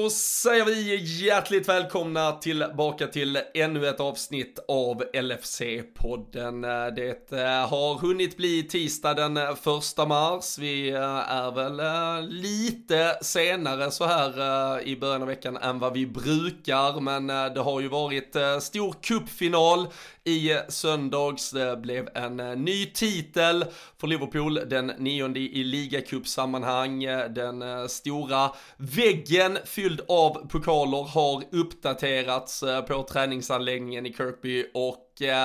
Då säger vi hjärtligt välkomna tillbaka till ännu ett avsnitt av LFC-podden. Det har hunnit bli tisdag den 1 mars. Vi är väl lite senare så här i början av veckan än vad vi brukar. Men det har ju varit stor cupfinal i söndags. Det blev en ny titel för Liverpool, den 9:e i ligacupsammanhang. Den stora väggen fylld av pokaler har uppdaterats på träningsanläggningen i Kirkby och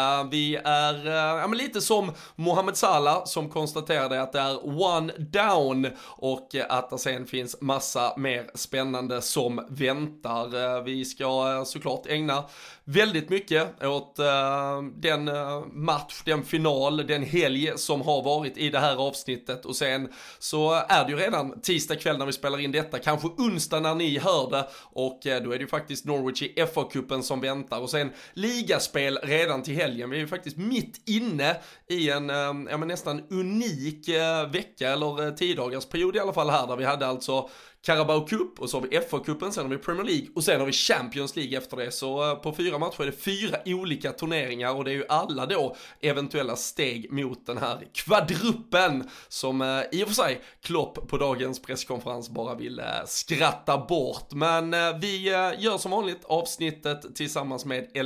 vi är lite som Mohamed Salah som konstaterade att det är one down och att det sen finns massa mer spännande som väntar. Vi ska såklart ägna väldigt mycket åt den match, den final, den helg som har varit i det här avsnittet och sen så är det ju redan tisdag kväll när vi spelar in detta, kanske onsdag när ni hör det och då är det ju faktiskt Norwich i FA-cupen som väntar och sen ligaspel redan till helgen. Vi är ju faktiskt mitt inne i en nästan unik vecka eller 10 dagars period i alla fall här där vi hade alltså Carabao Cup och så har vi FA-cupen, sen har vi Premier League och sen har vi Champions League efter det. Så på 4 matcher är det 4 olika turneringar och det är ju alla då eventuella steg mot den här kvadruppen som i och för sig Klopp på dagens presskonferens bara vill skratta bort. Men vi gör som vanligt avsnittet tillsammans med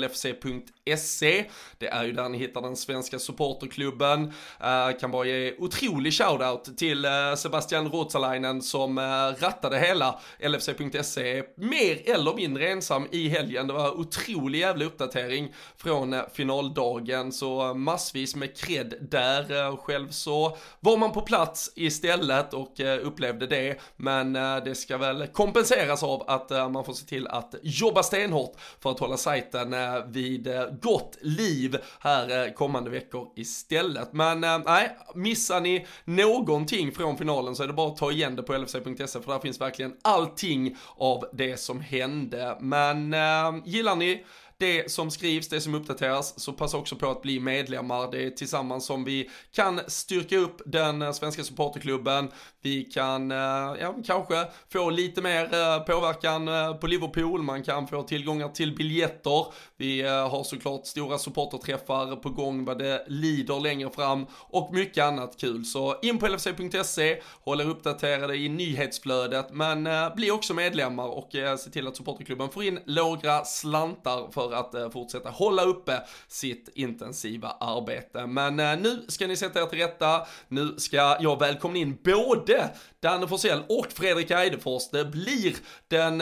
LFC.se. Det är ju där ni hittar den svenska supporterklubben. Kan bara ge otrolig shoutout till Sebastian Ruotsalainen som rattade hela LFC.se mer eller mindre ensam i helgen. Det var otrolig jävla uppdatering från finaldagen, så massvis med cred där. Själv så var man på plats istället och upplevde det, men det ska väl kompenseras av att man får se till att jobba stenhårt för att hålla sajten vid gott liv här kommande veckor istället. Men nej, missar ni någonting från finalen så är det bara att ta igen det på LFC.se, för där finns verkligen allting av det som hände. Men gillar ni det som skrivs, det som uppdateras, så passa också på att bli medlemmar. Det är tillsammans som vi kan styrka upp den svenska supporterklubben. Vi kan kanske få lite mer påverkan på Liverpool. Man kan få tillgångar till biljetter. Vi har såklart stora supporterträffar på gång vad det lider längre fram och mycket annat kul. Så in på LFC.se, håller uppdaterade i nyhetsflödet, men bli också medlemmar och se till att supporterklubben får in några slantar för att fortsätta hålla uppe sitt intensiva arbete. Men nu ska ni sätta er till rätta. Nu ska jag välkomna in både Danne Forsell och Fredrik Eidefors. Det blir den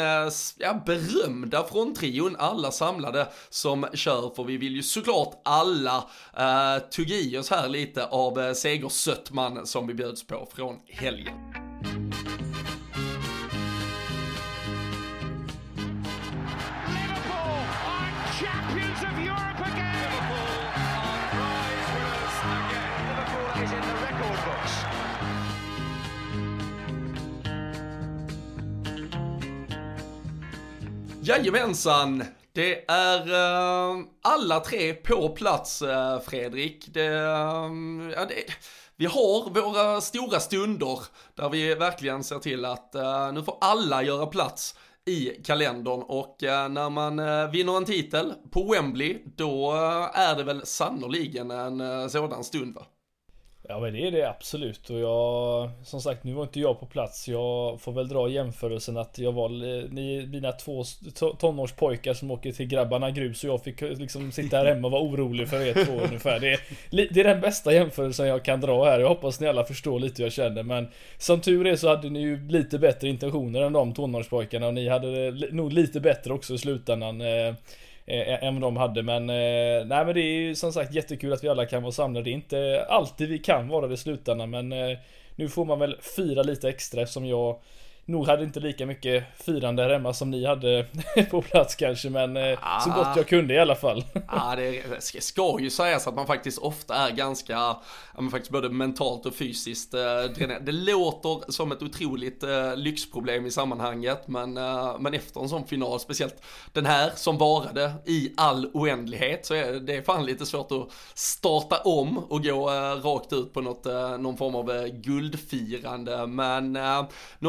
berömda fronttrion, alla samlade som kör, för vi vill ju såklart alla tugga i oss här lite av segersöttman som vi bjöds på från helgen. Jajamensan, det är alla tre på plats, Fredrik. Vi har våra stora stunder där vi verkligen ser till att nu får alla göra plats i kalendern, och när man vinner en titel på Wembley, då är det väl sannoliken en sådan stund, va? Ja, men det är det absolut. Och jag, som sagt, nu var inte jag på plats. Jag får väl dra jämförelsen att jag var mina 2 tonårspojkar som åker till grabbarna grus, och jag fick liksom sitta här hemma och vara orolig för 1 år ungefär. Det är den bästa jämförelsen jag kan dra här. Jag hoppas ni alla förstår lite hur jag känner. Men som tur är så hade ni ju lite bättre intentioner än de tonårspojkarna, och ni hade nog lite bättre också i slutändan än vad de hade. Men nej, men det är ju som sagt jättekul att vi alla kan vara samlade. Det är inte alltid vi kan vara det i slutändan, men nu får man väl fira lite extra, eftersom jag nog hade inte lika mycket firande här hemma som ni hade på plats kanske, men så gott jag kunde i alla fall. Ja, det ska ju sägas att man faktiskt ofta är ganska, faktiskt både mentalt och fysiskt dränerad. Det låter som ett otroligt lyxproblem i sammanhanget, men efter en sån final, speciellt den här som varade i all oändlighet, så är det fan lite svårt att starta om och gå rakt ut på någon form av guldfirande. Men nu har ju jag varit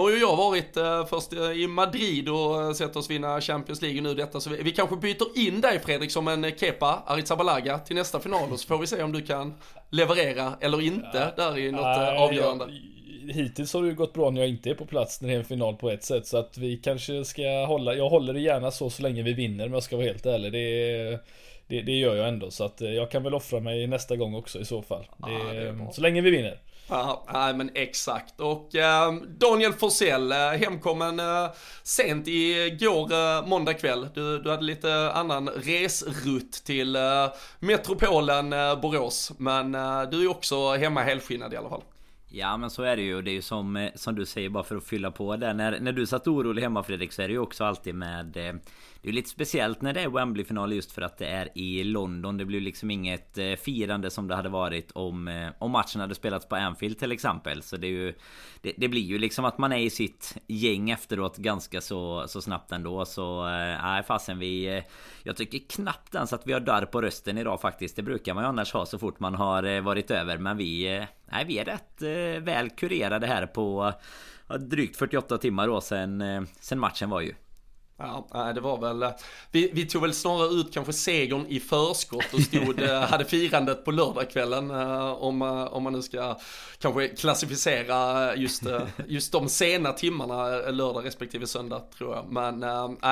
varit först i Madrid och sett oss vinna Champions League nu detta, så vi kanske byter in dig Fredrik som en Kepa Arrizabalaga till nästa final, och så får vi se om du kan leverera eller inte där i något avgörande. Hittills har det ju gått bra när jag inte är på plats när det är en final på ett sätt, så att vi kanske ska jag håller det gärna så länge vi vinner, men jag ska vara helt ärlig, det gör jag ändå, så att jag kan väl offra mig nästa gång också i så fall. Så länge vi vinner. Ja, men exakt. Och Daniel Forsell, hemkommen sent igår måndag kväll. Du hade lite annan resrutt till metropolen Borås, men du är också hemma helskinnad i alla fall. Ja, men så är det ju. Det är ju som du säger, bara för att fylla på där. När du satt orolig hemma, Fredrik, så är det ju också alltid med... Det är lite speciellt när det är Wembley-final, just för att det är i London. Det blir liksom inget firande som det hade varit om matchen hade spelats på Anfield till exempel. Så det är ju, det blir ju liksom att man är i sitt gäng efteråt ganska så snabbt ändå. Så nej, fasen jag tycker knappt ens att vi har darr på rösten idag faktiskt. Det brukar man ju annars ha så fort man har varit över. Men vi är rätt väl kurerade här på drygt 48 timmar då sen matchen var ju. Ja, det var väl... Vi tog väl snarare ut kanske segern i förskott och hade firandet på lördagskvällen, om man nu ska kanske klassificera just de sena timmarna, lördag respektive söndag, tror jag. Men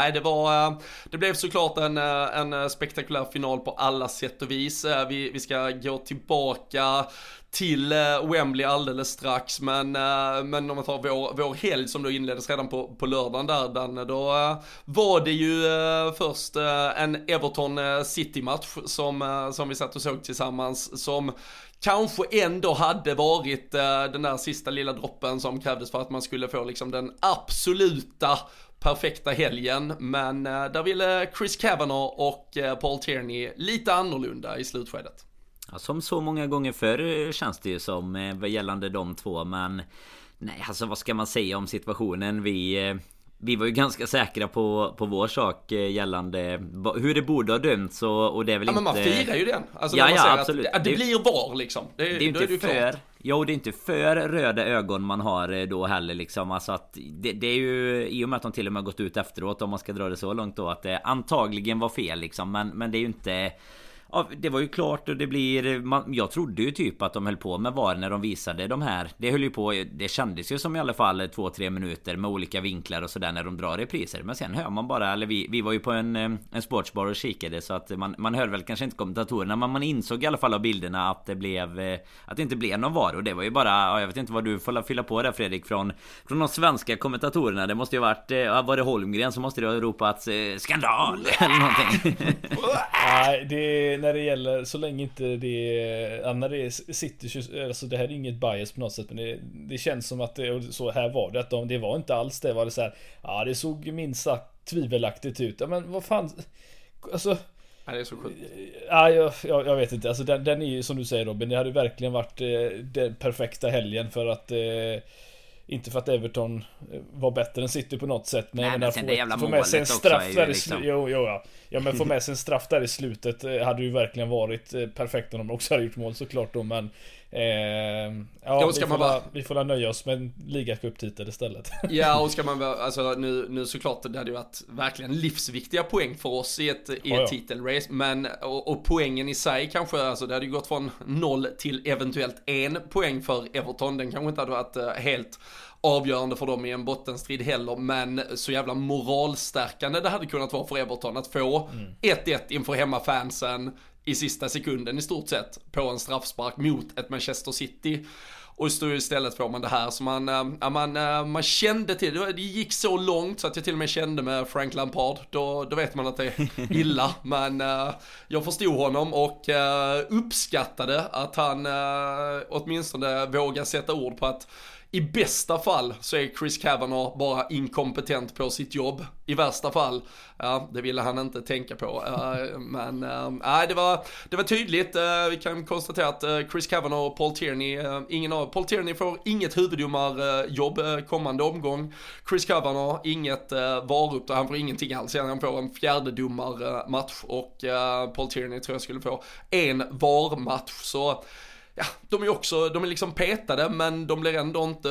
det blev såklart en spektakulär final på alla sätt och vis. Vi ska gå tillbaka till Wembley alldeles strax, men om man tar vår helg som då inleddes redan på lördagen där, Danne, då var det ju först en Everton City-match som vi satt och såg tillsammans, som kanske ändå hade varit den där sista lilla droppen som krävdes för att man skulle få liksom den absoluta perfekta helgen, men där ville Chris Kavanagh och Paul Tierney lite annorlunda i slutskedet. Ja, som så många gånger förr känns det ju som gällande de två. Men nej, alltså vad ska man säga om situationen? Vi var ju ganska säkra på vår sak gällande hur det borde ha dömts, och det är väl men man firar ju den. Alltså man säger absolut. Att det blir var liksom. Det är inte för... Jo, det är inte för röda ögon man har då heller liksom. Alltså att det är ju, i och med att de till och med gått ut efteråt, om man ska dra det så långt då, att det antagligen var fel liksom. Men det är ju inte... Ja, det var ju klart, och det blir... jag trodde ju typ att de höll på med VAR när de visade de här. Det höll ju på... Det kändes ju som i alla fall 2-3 minuter med olika vinklar och sådär när de drar repriser. Men sen hör man bara... Eller vi var ju på en sportsbar och kikade, så att man hör väl kanske inte kommentatorerna, men man insåg i alla fall av bilderna att det inte blev någon VAR. Och det var ju bara... Ja, jag vet inte vad du får fylla på där, Fredrik, från de svenska kommentatorerna. Det måste ju ha varit... var det Holmgren så måste det ha ropat skandal eller någonting. Nej, när det gäller, så länge inte när det sitter, alltså det här är inget bias på något sätt, men det känns som att så här var det, att det var inte alls det, var det så här, det såg minst sagt tvivelaktigt ut. Ja, men vad fan, alltså, det är så sjukt. Jag vet inte, alltså den är ju, som du säger Robin, det hade verkligen varit den perfekta helgen, för att inte för att Everton var bättre än City på något sätt, men få med sig en straff där liksom. Men få med sig en straff där i slutet hade ju verkligen varit perfekt om de också hade gjort mål, såklart då, men vi får nöja oss med en ligacuptitel istället. Ja, och ska man alltså nu såklart, det hade ju varit verkligen livsviktiga poäng för oss i ett titelrace, men och poängen i sig kanske, alltså det hade ju gått från 0 till eventuellt 1 poäng för Everton. Den kanske inte hade varit helt avgörande för dem i en bottenstrid heller, men så jävla moralstärkande det hade kunnat vara för Everton att få 1-1 inför hemmafansen i sista sekunden i stort sett på en straffspark mot ett Manchester City. Och istället får man det här som man kände till. Det gick så långt så att jag till och med kände med Frank Lampard. Då vet man att det är illa. Men jag förstod honom och uppskattade att han åtminstone vågar sätta ord på att i bästa fall så är Chris Kavanagh bara inkompetent på sitt jobb. I värsta fall, det ville han inte tänka på. Men det var tydligt. Vi kan konstatera att Chris Kavanagh och Paul Tierney, Paul Tierney får inget huvuddomarjobb kommande omgång. Chris Kavanagh inget varuppdrag, han får ingenting alls. Han får en fjärdedomarmatch och Paul Tierney tror jag skulle få en VAR-match. Så de är liksom petade, men de blir ändå inte,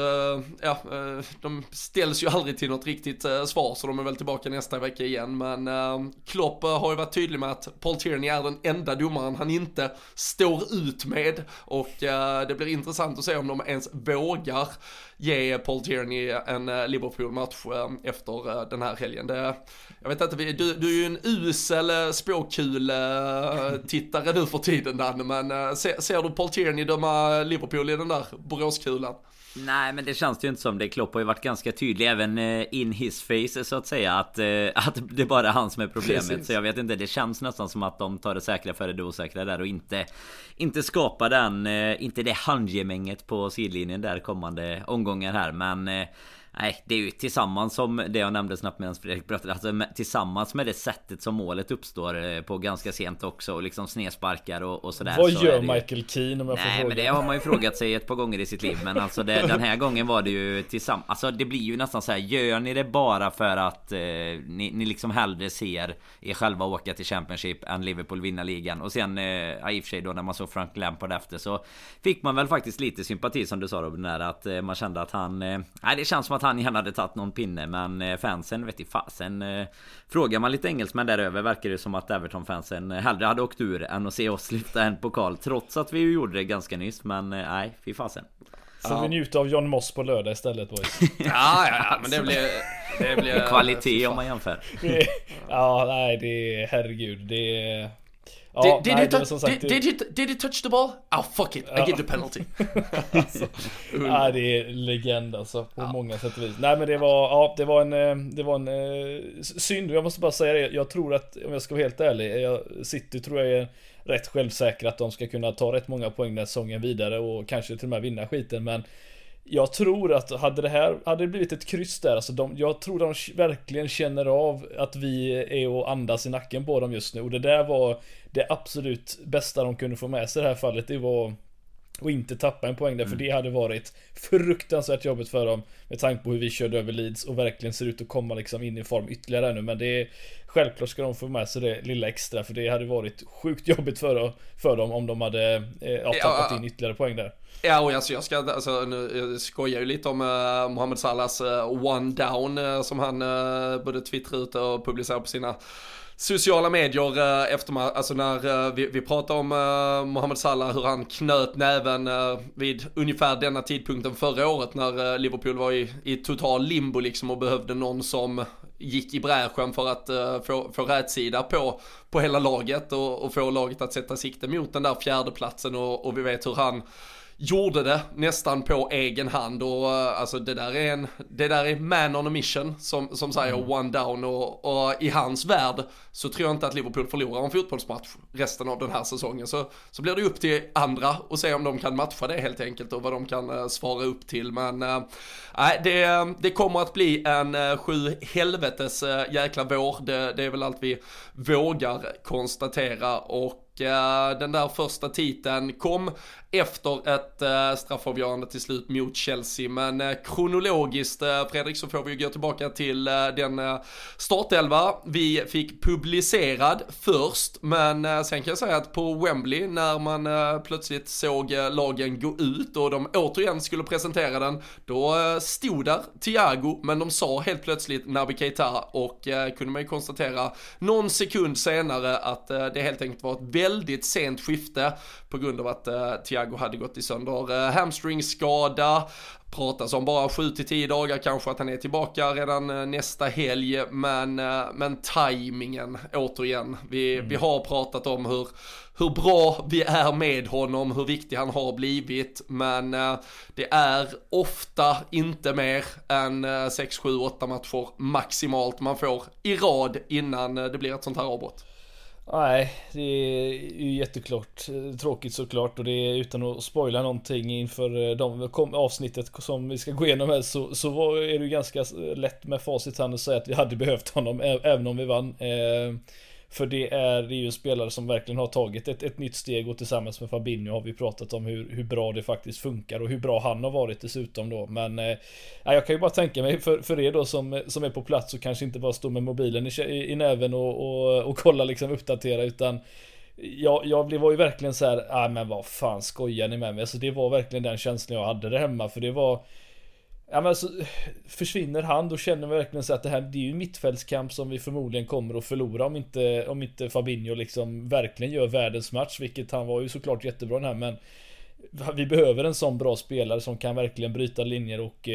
de ställs ju aldrig till något riktigt svar, så de är väl tillbaka nästa vecka igen. Men Klopp har ju varit tydlig med att Paul Tierney är den enda domaren han inte står ut med, och det blir intressant att se om de ens vågar ge Paul Tierney en Liverpool-match efter den här helgen. Jag vet inte, du är ju en usel spåkul-tittare nu för tiden, Danne, men ser du Paul Tierney döma Liverpool i den där Boråskulan? Nej, men det känns ju inte som det. Klopp har ju varit ganska tydlig även in his face, så att säga, att det bara är han som är problemet. Precis. Så jag vet inte, det känns nästan som att de tar det säkra före det osäkra där och inte skapar inte det handgemänget på sidlinjen där kommande omgångar här. Men nej, det är ju tillsammans som det jag nämnde snabbt medan Fredrik pratade, alltså tillsammans med det sättet som målet uppstår på ganska sent också, och liksom snedsparkar och sådär. Vad så gör Michael Keane om jag får fråga? Nej, men det har man ju frågat sig ett par gånger i sitt liv. Men alltså den här gången var det ju tillsammans. Alltså det blir ju nästan så här, gör ni det bara för att ni liksom hellre ser er själva åka till Championship än Liverpool vinna ligan? Och sen i och för sig då när man såg Frank Lampard efter, så fick man väl faktiskt lite sympati, som du sa Robin, när att man kände att han det känns som att han gärna hade tagit någon pinne, men fansen vet i fasen. Frågar man lite engelsmän däröver verkar det som att Everton-fansen hellre hade åkt ur än att se oss lyfta en pokal, trots att vi ju gjorde det ganska nyss. Men nej, fy fasen. Så vi njuter av John Moss på lördag istället, boys. Ja, men det blir kvalitet om man jämför. Nej, det är herregud, det är... Ja, did he touch the ball? Oh fuck it, I give the penalty. Ja, det är legend alltså på många sätt och vis. Nej, men det var en synd. Jag måste bara säga det. Jag tror att, om jag ska vara helt ärlig, City tror jag är rätt självsäkra att de ska kunna ta rätt många poäng den säsongen vidare och kanske till och med vinna skiten, men jag tror att hade det blivit ett kryss där, alltså jag tror de verkligen känner av att vi är och andas i nacken på dem just nu, och det där var det absolut bästa de kunde få med sig i det här fallet. Det var att inte tappa en poäng där, för det hade varit fruktansvärt jobbigt för dem med tanke på hur vi körde över Leeds och verkligen ser ut att komma liksom in i form ytterligare nu. Men det är självklart ska de få med sig det lilla extra, för det hade varit sjukt jobbigt för dem om de hade tappat in ytterligare poäng där. Ja, och nu skojar ju lite om Mohamed Salahs one down som han både twittrar ut och publicerar på sina sociala medier efter, alltså när vi pratar om Mohamed Salah, hur han knöt näven vid ungefär denna tidpunkten förra året när Liverpool var i total limbo liksom, och behövde någon som gick i bräschen för att få rätsida på hela laget och få laget att sätta sikte mot den där fjärdeplatsen, och vi vet hur han gjorde det nästan på egen hand, och alltså det där är man on a mission som säger one down, och i hans värld så tror jag inte att Liverpool förlorar en fotbollsmatch resten av den här säsongen, så blir det upp till andra och se om de kan matcha det helt enkelt och vad de kan svara upp till. Men det kommer att bli en 7 helvetes jäkla vår, det är väl allt vi vågar konstatera. Och den där första titeln kom efter ett straffavgörande till slut mot Chelsea, men kronologiskt, Fredrik, så får vi ju gå tillbaka till den startelva vi fick publicerad först, men sen kan jag säga att på Wembley, när man plötsligt såg lagen gå ut och de återigen skulle presentera den, då stod där Thiago, men de sa helt plötsligt Naby Keita, och kunde man ju konstatera någon sekund senare att det helt enkelt var ett väldigt sent skifte på grund av att Thiago hade gått i sönder hamstringskada. Pratas om bara 7-10 dagar kanske, att han är tillbaka redan nästa helg, men tajmingen återigen. Vi har pratat om hur bra vi är med honom, hur viktig han har blivit, men det är ofta inte mer än 6, 7, 8 matcher maximalt man får i rad innan det blir ett sånt här avbrott. Nej, det är ju jätteklart tråkigt såklart, och det är, utan att spoila någonting inför avsnittet som vi ska gå igenom här, så är det ju ganska lätt med facit att säga att vi hade behövt honom även om vi vann. För det är ju en spelare som verkligen har tagit ett nytt steg, och tillsammans med Fabinho har vi pratat om hur bra det faktiskt funkar och hur bra han har varit dessutom då. Men jag kan ju bara tänka mig för er då som är på plats och kanske inte bara står med mobilen i näven och kolla liksom, uppdatera, utan jag var ju verkligen så här, men vad fan skojar ni med mig? Alltså det var verkligen den känslan jag hade där hemma, för det var, ja men alltså, försvinner han, då känner man verkligen så att det är ju en mittfältskamp som vi förmodligen kommer att förlora om inte Fabinho liksom verkligen gör världens match, vilket han var ju såklart jättebra den här, men vi behöver en sån bra spelare som kan verkligen bryta linjer och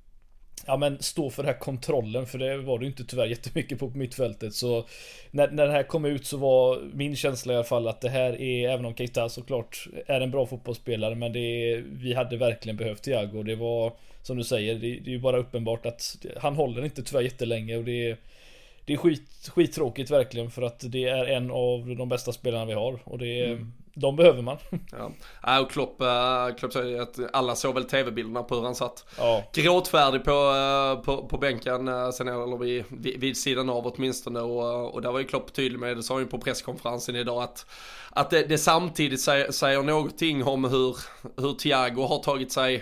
stå för den här kontrollen, för det var det ju inte tyvärr jättemycket på mittfältet. Så när det här kom ut så var min känsla i alla fall att det här är, även om Keita såklart är en bra fotbollsspelare, men vi hade verkligen behövt Thiago. Det var, som du säger, det är ju bara uppenbart att han håller inte tyvärr jättelänge, och det är skittråkigt verkligen, för att det är en av de bästa spelarna vi har, och de behöver man. Ja, och Klopp säger att alla såg väl tv-bilderna på hur han satt gråtfärdig på bänken sen, eller vid sidan av åtminstone, och där var ju Klopp tydlig med, det sa ju på presskonferensen idag, att det samtidigt säger någonting om hur Thiago har tagit sig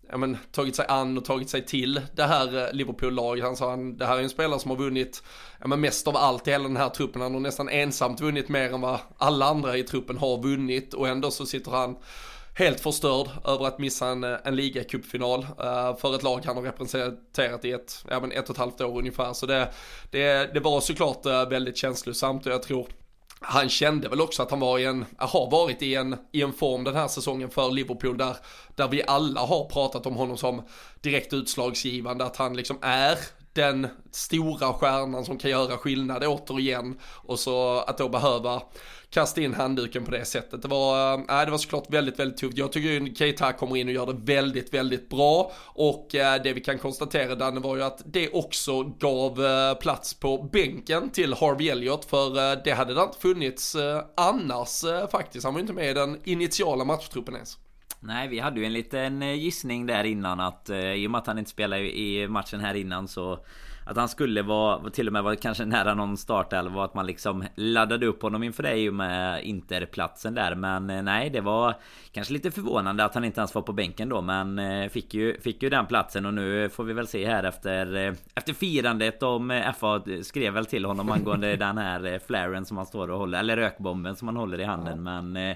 an och tagit sig till det här Liverpool-laget. Han sa det här är en spelare som har vunnit mest av allt i hela den här truppen. Han har nästan ensamt vunnit mer än vad alla andra i truppen har vunnit, och ändå så sitter han helt förstörd över att missa en ligacupfinal för ett lag han har representerat i ett och ett halvt år ungefär. Så det var såklart väldigt känslosamt, och jag tror han kände väl också att han har varit i en form den här säsongen för Liverpool där vi alla har pratat om honom som direkt utslagsgivande, att han liksom är den stora stjärnan som kan göra skillnad återigen, och så att då behöva kasta in handduken på det sättet. Det var såklart väldigt, väldigt tufft. Jag tycker att Keita kommer in och gör det väldigt, väldigt bra, och det vi kan konstatera, Danne, var ju att det också gav plats på bänken till Harvey Elliott, för det hade det inte funnits annars faktiskt. Han var inte med i den initiala matchtruppen ens. Nej, vi hade ju en liten gissning där innan att i och med att han inte spelade i matchen här innan, så att han skulle till och med vara kanske nära någon start, eller var att man liksom laddade upp honom inför det ju med Interplatsen där. Men nej, det var kanske lite förvånande att han inte ens var på bänken då, men fick ju den platsen. Och nu får vi väl se här efter firandet, om FA skrev väl till honom angående den här flaren som han står och håller, eller rökbomben som han håller i handen. Men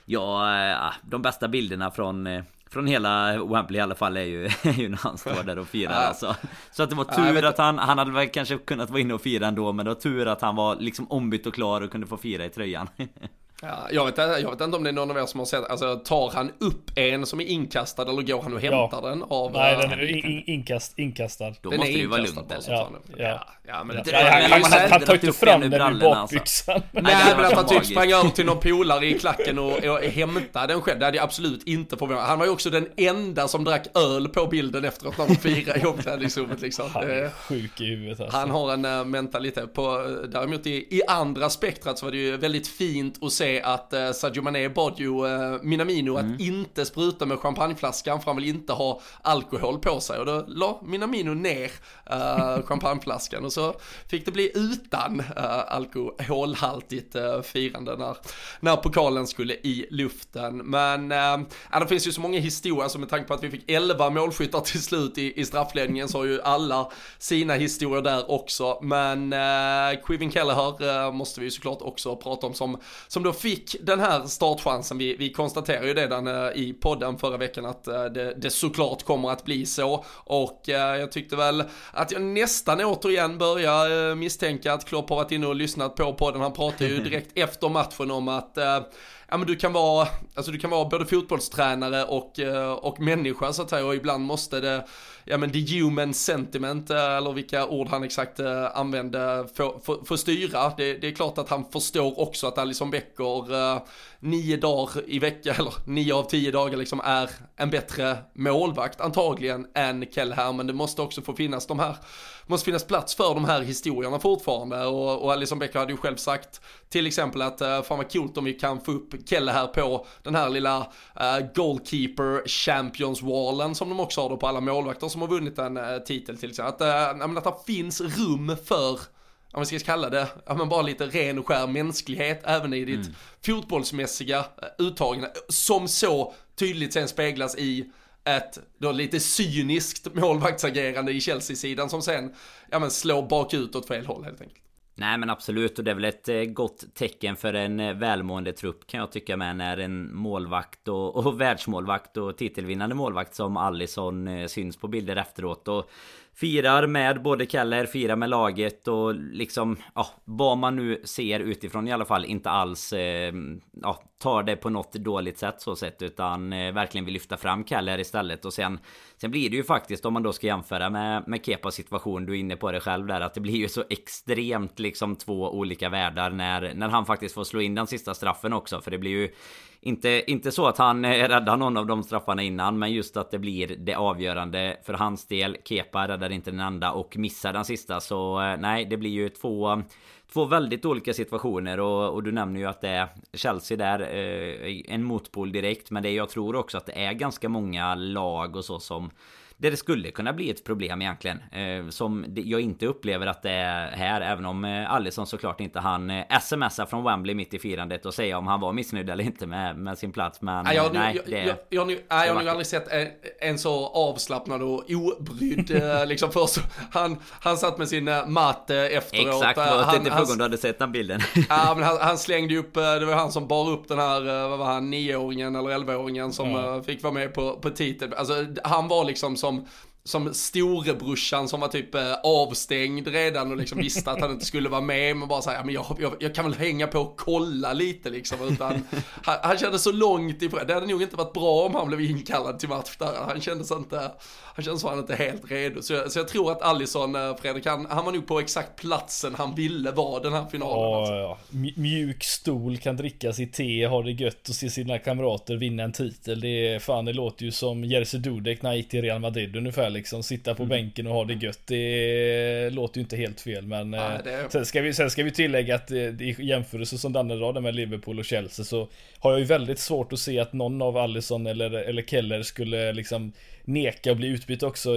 de bästa bilderna från hela Wembley i alla fall är ju när han står där och firar alltså. Så att det var tur att han hade väl kanske kunnat vara inne och fira ändå, men det var tur att han var liksom ombytt och klar och kunde få fira i tröjan. Ja, jag vet inte om det är någon av er som har sett, alltså tar han upp en som är inkastad, eller går han och hämtar den av... Nej, den är inkastad. Då måste det ju vara lugnt. Han tar inte fram den i bakbyxan. Nej, men att han typ sprang över till någon polare i klacken och hämtade den själv, det hade jag absolut inte förvånat. Han var ju också den enda som drack öl på bilden efteråt när de firade i omklädningsrummet liksom. Han är sjuk i huvudet alltså. Han har en mentalitet på, däremot i andra spektrat så var det ju väldigt fint att se att Sadio Mané bad ju Minamino att inte spruta med champagneflaskan, för han vill inte ha alkohol på sig, och då la Minamino ner champagneflaskan, och så fick det bli utan alkoholhaltigt firande när pokalen skulle i luften. Men det finns ju så många historier, alltså med tanke på att vi fick 11 målskyttar till slut i straffledningen, så har ju alla sina historier där också. Men Kevin Kelleher måste vi ju såklart också prata om, som då fick den här startchansen. Vi konstaterar ju det i podden förra veckan att det såklart kommer att bli så, och jag tyckte väl att jag nästan återigen börjar misstänka att Klopp har varit inne och lyssnat på podden. Han pratade ju direkt efter matchen om att men du kan vara både fotbollstränare och människa så att säga, och ibland måste det the human sentiment, eller vilka ord han exakt använde, få styra. Det är klart att han förstår också att Alisson Becker 9 dagar i veckan, eller 9 av 10 dagar liksom, är en bättre målvakt antagligen än Kelleher, men det måste också få finnas finnas plats för de här historierna fortfarande, och Alisson Becker hade ju själv sagt till exempel att fan vad coolt om vi kan få upp Kelleher på den här lilla goalkeeper champions wallen som de också har då på alla målvakter som har vunnit en titel till exempel, att det finns rum för, om vi ska kalla det, bara lite ren och skär mänsklighet även i ditt fotbollsmässiga uttagande, som så tydligt sen speglas i ett då lite cyniskt målvaktsagerande i Chelsea-sidan som sen slår bakut åt fel håll helt enkelt. Nej men absolut, och det är väl ett gott tecken för en välmående trupp kan jag tycka med, när en målvakt och världsmålvakt och titelvinnande målvakt som Alisson syns på bilder efteråt och firar med både Keller, firar med laget och liksom, ja, vad man nu ser utifrån i alla fall, inte alls tar det på något dåligt sätt så sett, utan verkligen vill lyfta fram Keller istället. Och sen blir det ju faktiskt, om man då ska jämföra med Kepas situation, du är inne på det själv där, att det blir ju så extremt liksom två olika världar när han faktiskt får slå in den sista straffen också, för det blir ju inte så att han räddar någon av de straffarna innan, men just att det blir det avgörande för hans del. Kepa räddar inte den enda och missar den sista, så nej, det blir ju två väldigt olika situationer, och du nämner ju att det är Chelsea där, en motpol direkt, men det jag tror också att det är ganska många lag och så som där det skulle kunna bli ett problem egentligen, som jag inte upplever att det är här, även om Alisson såklart inte han smsar från Wembley mitt i firandet och säga om han var missnöjd eller inte med sin plats. Men jag har nog aldrig sett en så avslappnad och obrydd liksom. Först han satt med sin matte efteråt. Exakt, det var inte du hade sett den bilden. Ja, men han slängde upp, det var han som bar upp den här, vad var han, 9-åringen eller 11-åringen som fick vara med på titel. Alltså han var liksom som storebrorsan som var typ avstängd redan och liksom visste att han inte skulle vara med, men bara säga, men jag kan väl hänga på och kolla lite liksom, utan han kände så långt ifrån. Det hade nog inte varit bra om han blev inkallad till match där. Han kändes som han inte helt redo. Så jag tror att Alisson, Fredrik, han var nog på exakt platsen han ville vara den här finalen. Ja. Mjuk stol, kan dricka sitt te, ha det gött och se sina kamrater vinna en titel. Det låter ju som Jerzy Dudek när han gick till Real Madrid ungefär, liksom sitta på bänken och ha det gött. Det låter ju inte helt fel, men sen ska vi tillägga att i jämförelse som Danne drar med Liverpool och Chelsea, så har jag ju väldigt svårt att se att någon av Alisson eller Keller skulle liksom neka och bli utbytt också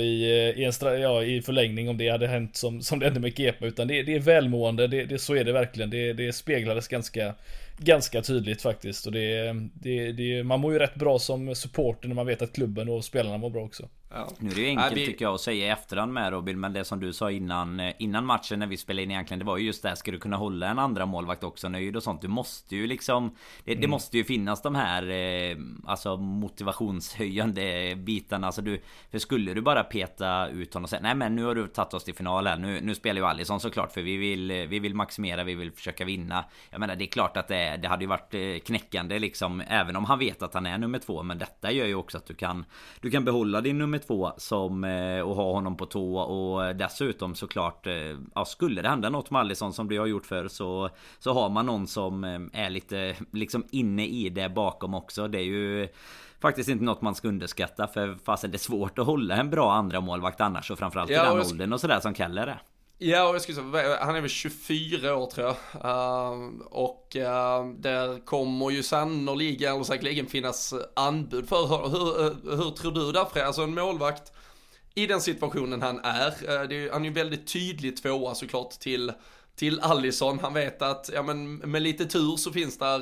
i förlängning om det hade hänt som det hände med Kepa, utan det är välmående, så är det verkligen. Det speglades ganska tydligt faktiskt, och man mår ju rätt bra som supporter när man vet att klubben och spelarna mår bra också. Ja. Nu är det ju enkelt tycker jag att säga i efterhand med Robin, men det som du sa innan matchen när vi spelade in egentligen, det var ju just det här, ska du kunna hålla en andra målvakt också nöjd och sånt, du måste ju liksom det måste ju finnas de här alltså motivationshöjande bitarna, alltså för skulle du bara peta ut honom och säga nej men nu har du tagit oss till final här, nu spelar ju Alisson såklart för vi vill maximera, vi vill försöka vinna. Jag menar, det är klart att det hade ju varit knäckande liksom, även om han vet att han är nummer 2, men detta gör ju också att du kan behålla din nummer 2 som och ha honom på tå, och dessutom såklart skulle det hända något med Alisson som det har gjort för, så har man någon som är lite liksom inne i det bakom också. Det är ju faktiskt inte något man ska underskatta, för fasen det är svårt att hålla en bra andra målvakt annars, och framförallt i den åldern och sådär som Keller är. Ja, och jag skulle säga, han är väl 24 år tror jag, och där kommer ju sannoliken eller säkerligen finnas anbud för hur tror du därför? Alltså en målvakt i den situationen han är, han är ju väldigt tydligt tvåa såklart till Alisson. Han vet att men med lite tur så finns där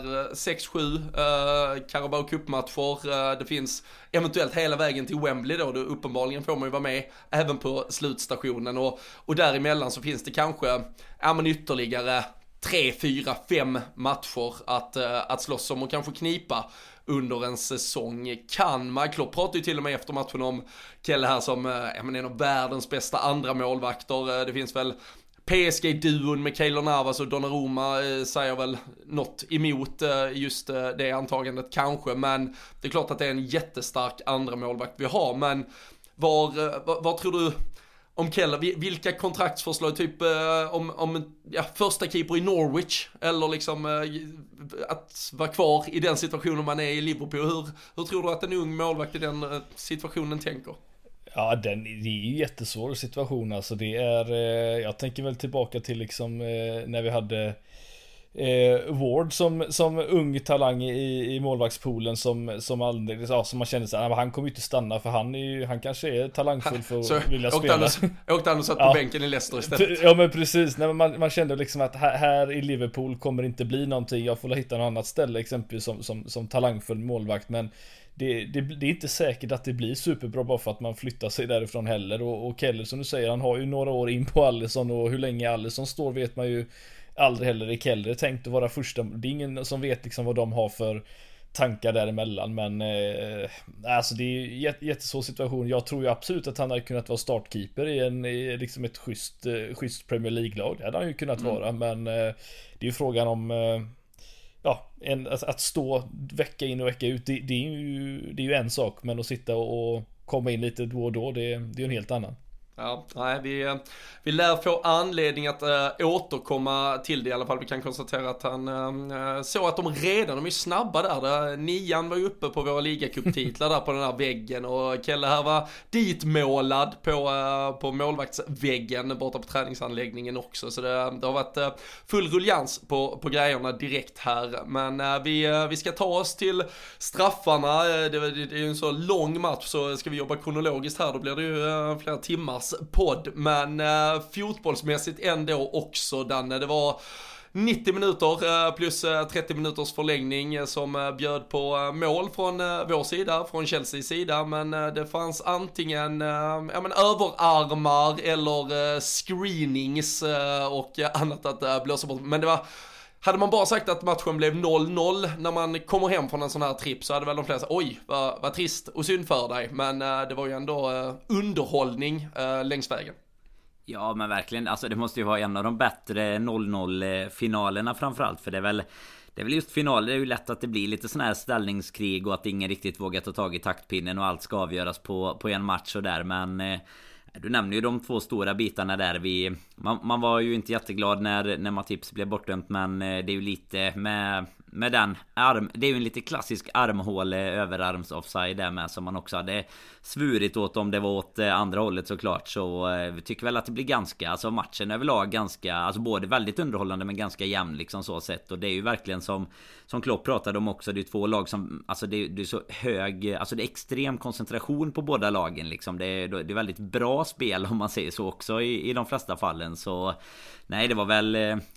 6-7 Carabao Cup-matcher. Det finns eventuellt hela vägen till Wembley då uppenbarligen får man ju vara med även på slutstationen, och däremellan så finns det kanske ytterligare 3, 4, 5 matcher att slåss om och kanske knipa under en säsong. Klopp pratar ju till och med efter matchen om Keller här som en av världens bästa andra målvakter. Det finns väl PSG-duon med Keylor Navas och Donnarumma säger väl något emot just det antagandet kanske, men det är klart att det är en jättestark andra målvakt vi har. Men vad tror du om Keller? Vilka kontraktsförslag, typ om första keeper i Norwich, eller liksom att vara kvar i den situationen man är i Liverpool? Hur tror du att en ung målvakt i den situationen tänker? Ja, det är ju jättesvår situation alltså. Det är, jag tänker väl tillbaka till liksom när vi hade Ward som ung talang i målvaktspoolen som aldrig, ja, som man kände så här, han kommer ju inte stanna för han kanske är talangfull för att vilja spela. Åkte han och satt på bänken i Leicester istället. Ja men precis, nej, men man kände liksom att här i Liverpool kommer det inte bli någonting, jag får hitta något annat ställe exempelvis som talangfull målvakt, men det är inte säkert att det blir superbra bara för att man flyttar sig därifrån heller, och Keller som du säger, han har ju några år in på Alisson, och hur länge Alisson står vet man ju aldrig heller. I Keller tänkt att vara första, det är ingen som vet liksom vad de har för tankar däremellan, men alltså det är jättesvår situation. Jag tror ju absolut att han hade kunnat vara startkeeper i liksom ett schysst Premier League-lag, det hade han ju kunnat vara, men det är ju frågan om att stå vecka in och vecka ut, det är ju en sak, men att sitta och komma in lite då och då, det är en helt annan. Ja, nej, vi lär få anledning att återkomma till det i alla fall. Vi kan konstatera att han så att de är snabba där. Nian var ju uppe på våra ligacuptitlar där på den här väggen, och Kelle här var ditmålad på målvaktsväggen borta på träningsanläggningen också. Så det har varit full rullians på grejerna direkt här. Men vi ska ta oss till straffarna. Det är ju en så lång match, så ska vi jobba kronologiskt här, då blir det ju flera timmar podd, men fotbollsmässigt ändå också, Danne. Det var 90 minuter plus 30 minuters förlängning som bjöd på mål från vår sida, från Chelseas sida, men det fanns antingen överarmar eller screenings och annat att blåsa bort, men det var. Hade man bara sagt att matchen blev 0-0 när man kommer hem från en sån här tripp, så hade väl de flesta, oj, vad trist och synd för dig. Men det var ju ändå underhållning längs vägen. Ja men verkligen, alltså det måste ju vara en av de bättre 0-0 finalerna framförallt, för det är väl just finaler, det är ju lätt att det blir lite sån här ställningskrig och att ingen riktigt vågar ta tag i taktpinnen och allt ska avgöras på en match och där, men du nämner ju de två stora bitarna där. Man var ju inte jätteglad när Matips blev bortdömt, men det är ju lite med den arm. Det är ju en lite klassisk armhål överarms offside där med, som man också hade svurit åt om det var åt andra hållet såklart. Så vi tycker väl att det blir ganska, alltså matchen överlag ganska, alltså både väldigt underhållande men ganska jämn liksom så sett. Och det är ju verkligen som Klopp pratade om också, det är två lag som, alltså det är så hög, alltså det är extrem koncentration på båda lagen liksom. Det är väldigt bra spel om man säger så också i de flesta fallen. Så nej, det var väl,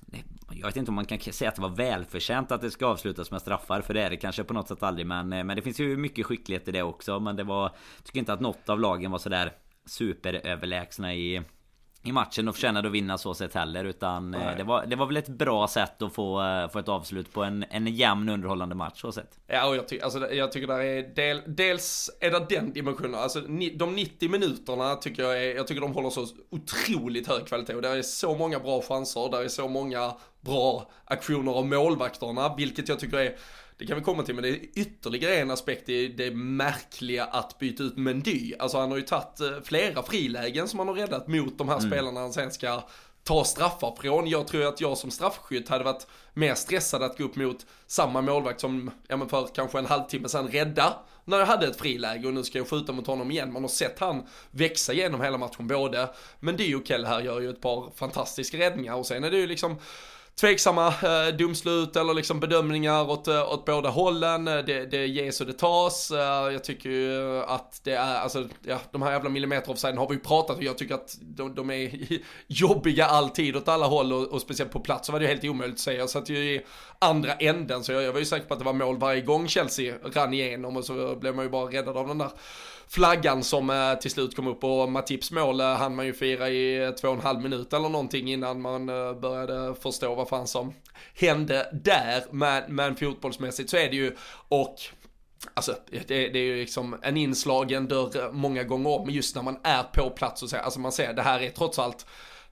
jag vet inte om man kan säga att det var välförtjänt att det ska avslutas med straffar, för det är det kanske på något sätt aldrig, men det finns ju mycket skicklighet i det också. Men det var, jag tycker inte att något av lagen var så där superöverlägsna i matchen och förtjänade att vinna så sätt heller, utan det var väl ett bra sätt att få ett avslut på en jämn underhållande match så sätt. Ja, och jag tycker där är dels är det den dimensionen, alltså de 90 minuterna tycker jag tycker de håller så otroligt hög kvalitet, och där är så många bra chanser, där är så många bra aktioner av målvakterna, vilket jag tycker är, det kan vi komma till, men det är ytterligare en aspekt i det märkliga att byta ut Mendy. Alltså han har ju tagit flera frilägen som han har räddat mot de här spelarna han sen ska ta straffar från. Jag tror att jag som straffskytt hade varit mer stressad att gå upp mot samma målvakt som för kanske en halvtimme sedan rädda när jag hade ett friläge, och nu ska jag skjuta mot honom igen. Man har sett han växa genom hela matchen både, men Mendy och Kell här gör ju ett par fantastiska räddningar, och sen är det ju liksom tveksamma domslut eller liksom bedömningar åt båda hållen. Det ges och det tas. Jag tycker ju att det är, alltså, ja, de här jävla millimeter offside har vi ju pratat, och jag tycker att de är jobbiga alltid åt alla håll, och speciellt på plats så var det helt omöjligt att säga. Jag satt ju i andra änden, så jag var ju säker på att det var mål varje gång Chelsea rann igenom, och så blev man ju bara räddad av den där flaggan som till slut kom upp, och Matips mål hann man ju fira i 2,5 minuter eller någonting innan man började förstå vad fan som hände där, men fotbollsmässigt så är det ju, och alltså det är ju liksom en inslagen dörr många gånger om, men just när man är på plats och säger, alltså man säger det här är trots allt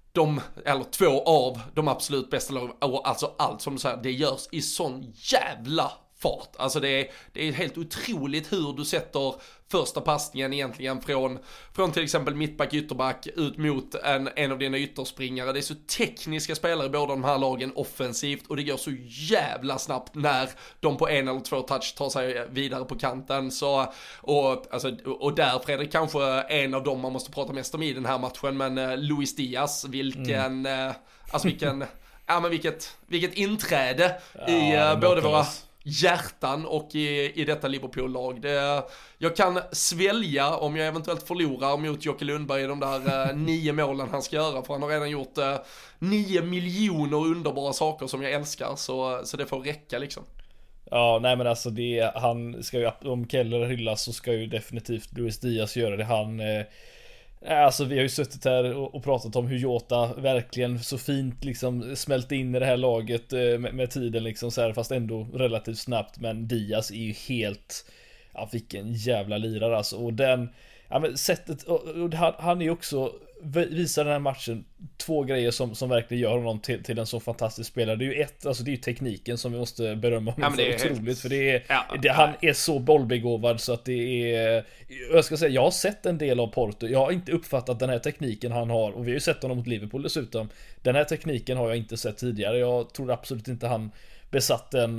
två av de absolut bästa lagen, och alltså allt som du säger, det görs i sån jävla fart. Alltså det är helt otroligt hur du sätter första passningen egentligen från till exempel mittback, ytterback ut mot en av dina ytterspringare. Det är så tekniska spelare i båda de här lagen offensivt, och det går så jävla snabbt när de på en eller två touch tar sig vidare på kanten. Så, och därför är det kanske en av dem man måste prata mest om i den här matchen, men Luis Diaz, vilken Ja, men vilket inträde i både våra hjärtan och i detta Liverpool-lag. Jag kan svälja om jag eventuellt förlorar mot Jocke Lundberg i de där 9 målen han ska göra, för han har redan gjort 9 miljoner underbara saker som jag älskar, så det får räcka liksom. Ja, nej men alltså han ska ju, om Keller hyllas så ska ju definitivt Luis Diaz göra det. Alltså vi har ju suttit här och pratat om hur Jota verkligen så fint liksom smält in i det här laget med tiden liksom så här, fast ändå relativt snabbt. Men Diaz är ju helt, ja, vilken jävla lirare alltså. Och den, ja men sättet, och han är ju också, visar den här matchen 2 grejer som verkligen gör honom till en så fantastisk spelare. Det är ju alltså det är ju tekniken som vi måste berömma honom för otroligt, för han är så bollbegåvad så att det är, jag ska säga, jag har sett en del av Porto, jag har inte uppfattat den här tekniken han har, och vi har ju sett honom mot Liverpool dessutom. Den här tekniken har jag inte sett tidigare. Jag tror absolut inte han besatt den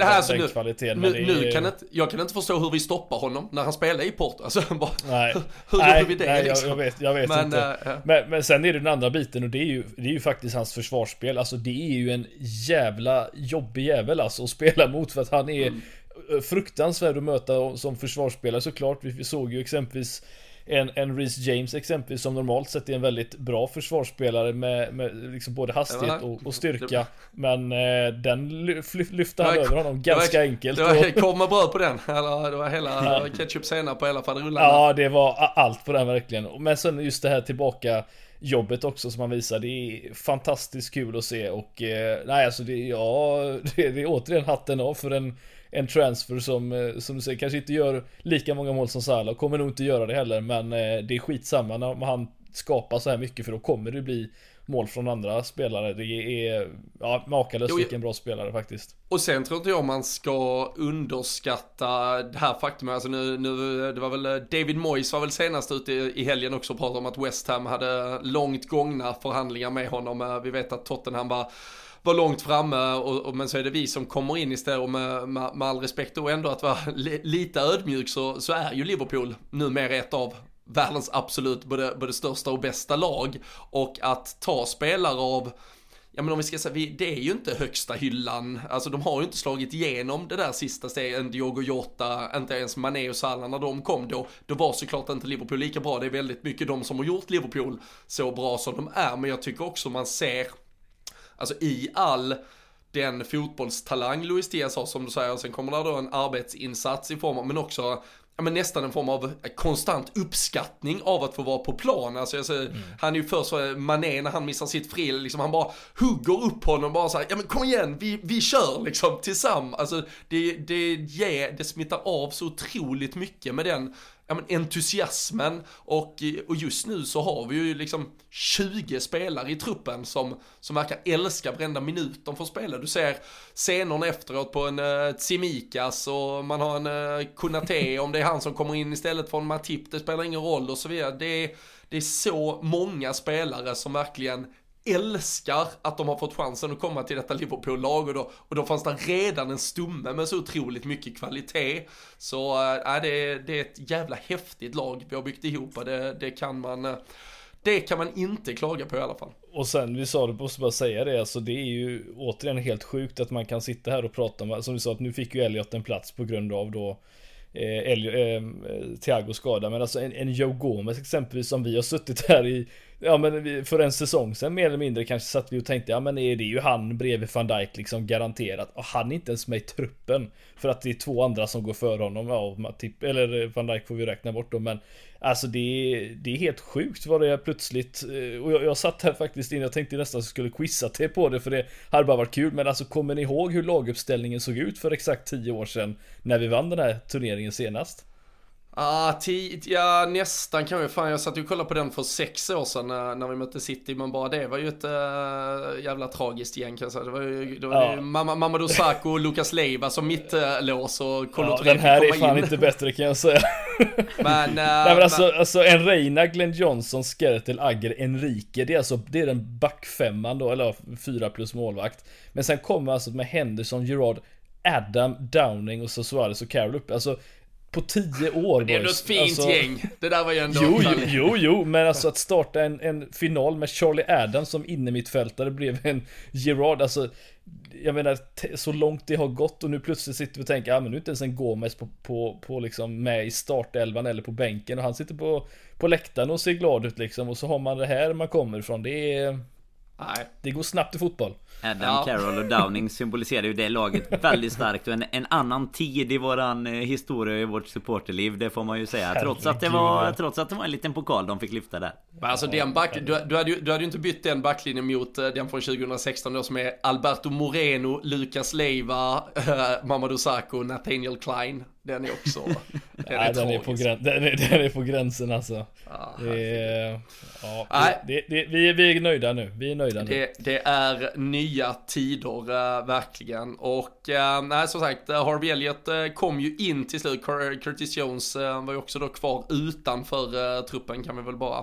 kvaliteten. Jag kan inte förstå hur vi stoppar honom när han spelar i Porto. Alltså, hur gör vi det liksom? Jag vet inte. Men sen är det den andra biten, och det är ju faktiskt hans försvarsspel. Alltså det är ju en jävla jobbig jävel alltså att spela mot, för att han är fruktansvärd att möta som försvarsspelare såklart. Vi såg ju exempelvis en Reece James exempelvis, som normalt sett är en väldigt bra försvarsspelare med liksom både hastighet och styrka, men den lyfte han över honom ganska enkelt. Det var kommer bröd på den, eller det var hela ketchup senare på hela faderullan. Ja, det var allt på den verkligen. Men sen just det här tillbaka jobbet också som han visar, det är fantastiskt kul att se. Och nej alltså det är återigen hatten av för en transfer som du säger kanske inte gör lika många mål som Salah, kommer nog inte göra det heller, men det är skitsamma när han skapar så här mycket, för då kommer det bli mål från andra spelare. Det är makalöst vilken bra spelare faktiskt. Och sen tror inte jag man ska underskatta det här faktum. Alltså nu det var väl David Moyes var väl senast ute i helgen också och pratade om att West Ham hade långt gångna förhandlingar med honom. Vi vet att Tottenham var långt framme, men så är det vi som kommer in istället, och med all respekt och ändå att vara lite ödmjuk, så är ju Liverpool numera ett av världens absolut både största och bästa lag, och att ta spelare av, ja men om vi ska säga, det är ju inte högsta hyllan, alltså de har ju inte slagit igenom det där sista steget, Diogo Jota, inte ens Mané och Salah när de kom då var såklart inte Liverpool lika bra. Det är väldigt mycket de som har gjort Liverpool så bra som de är, men jag tycker också man ser, alltså i all den fotbollstalang Luis Diaz har, som du säger, och sen kommer det då en arbetsinsats i form av, men också nästan en form av konstant uppskattning av att få vara på plan. Alltså, han är ju först Mané när han missar sitt fri, liksom, han bara hugger upp honom, bara så här, ja men kom igen, vi kör liksom tillsammans. Alltså det smittar av så otroligt mycket med den entusiasmen, och just nu så har vi ju liksom 20 spelare i truppen som verkar älska varenda minut de får spela. Du ser scenerna efteråt på en Tsimikas, och man har en Konate, om det är han som kommer in istället för en Matip, det spelar ingen roll och så vidare. Det är så många spelare som verkligen älskar att de har fått chansen att komma till detta Liverpool-lag, och då fanns det redan en stumme med så otroligt mycket kvalitet. Så det är ett jävla häftigt lag vi har byggt ihop, och det kan man inte klaga på i alla fall. Och sen, vi sa det, måste bara säga det, alltså det är ju återigen helt sjukt att man kan sitta här och prata om, som vi sa, att nu fick ju Elliot en plats på grund av då Thiago skada, men alltså en Joe Gomez exempelvis, som vi har suttit här i för en säsong sen mer eller mindre, kanske satt vi och tänkte, men det är ju han bredvid Van Dijk liksom garanterat, och han är inte ens med i truppen för att det är 2 andra som går för honom, eller Van Dijk får vi räkna bort då, men alltså det är helt sjukt vad det är plötsligt. Och jag satt här faktiskt innan, jag tänkte nästan att jag skulle quizza till på det, för det hade bara varit kul, men alltså kommer ni ihåg hur laguppställningen såg ut för exakt 10 år sedan när vi vann den här turneringen senast? Nästan kan vi. Jag satt ju och kollade på den för 6 år sedan när vi mötte City, men bara det var ju ett jävla tragiskt gäng, kan jag säga. Det var ju Mamadou Sakho och Lucas Leiva som mittlås, och Kolo Touré den här är fan inte bättre, kan jag säga. Men alltså en Reina, Glenn Johnson, Skertel, Agger, Enrique, det är den backfemman då, eller 4 plus målvakt. Men sen kommer alltså med Henderson, Gerard, Adam, Downing och så Suarez och Carroll upp. Alltså på 10 år. Det är ändå ett fint gäng. Det där var ju ändå... Jo, men alltså att starta en final med Charlie Adams som innermittfältare blev en Gerrard, alltså jag menar, så långt det har gått och nu plötsligt sitter vi och tänker, men nu är inte ens en Gomez på liksom med i startelvan eller på bänken och han sitter på läktaren och ser glad ut liksom, och så har man det här man kommer ifrån. Det går snabbt i fotboll. Adam Carroll och Downing symboliserar ju det laget väldigt starkt och en annan tid i våran historia i vårt supporterliv, det får man ju säga. Trots att det var en liten pokal de fick lyfta där. Men alltså du hade ju inte bytt den backlinjen mot den från 2016 då, som är Alberto Moreno, Lucas Leiva, Mamadou Sakho, Nathaniel Klein. Den är också den är på gränsen alltså. Vi är nöjda nu. Det är nya tider verkligen. Och som sagt, Harvey Elliott kom ju in till slut. Curtis Jones var ju också då kvar utanför truppen, kan vi väl bara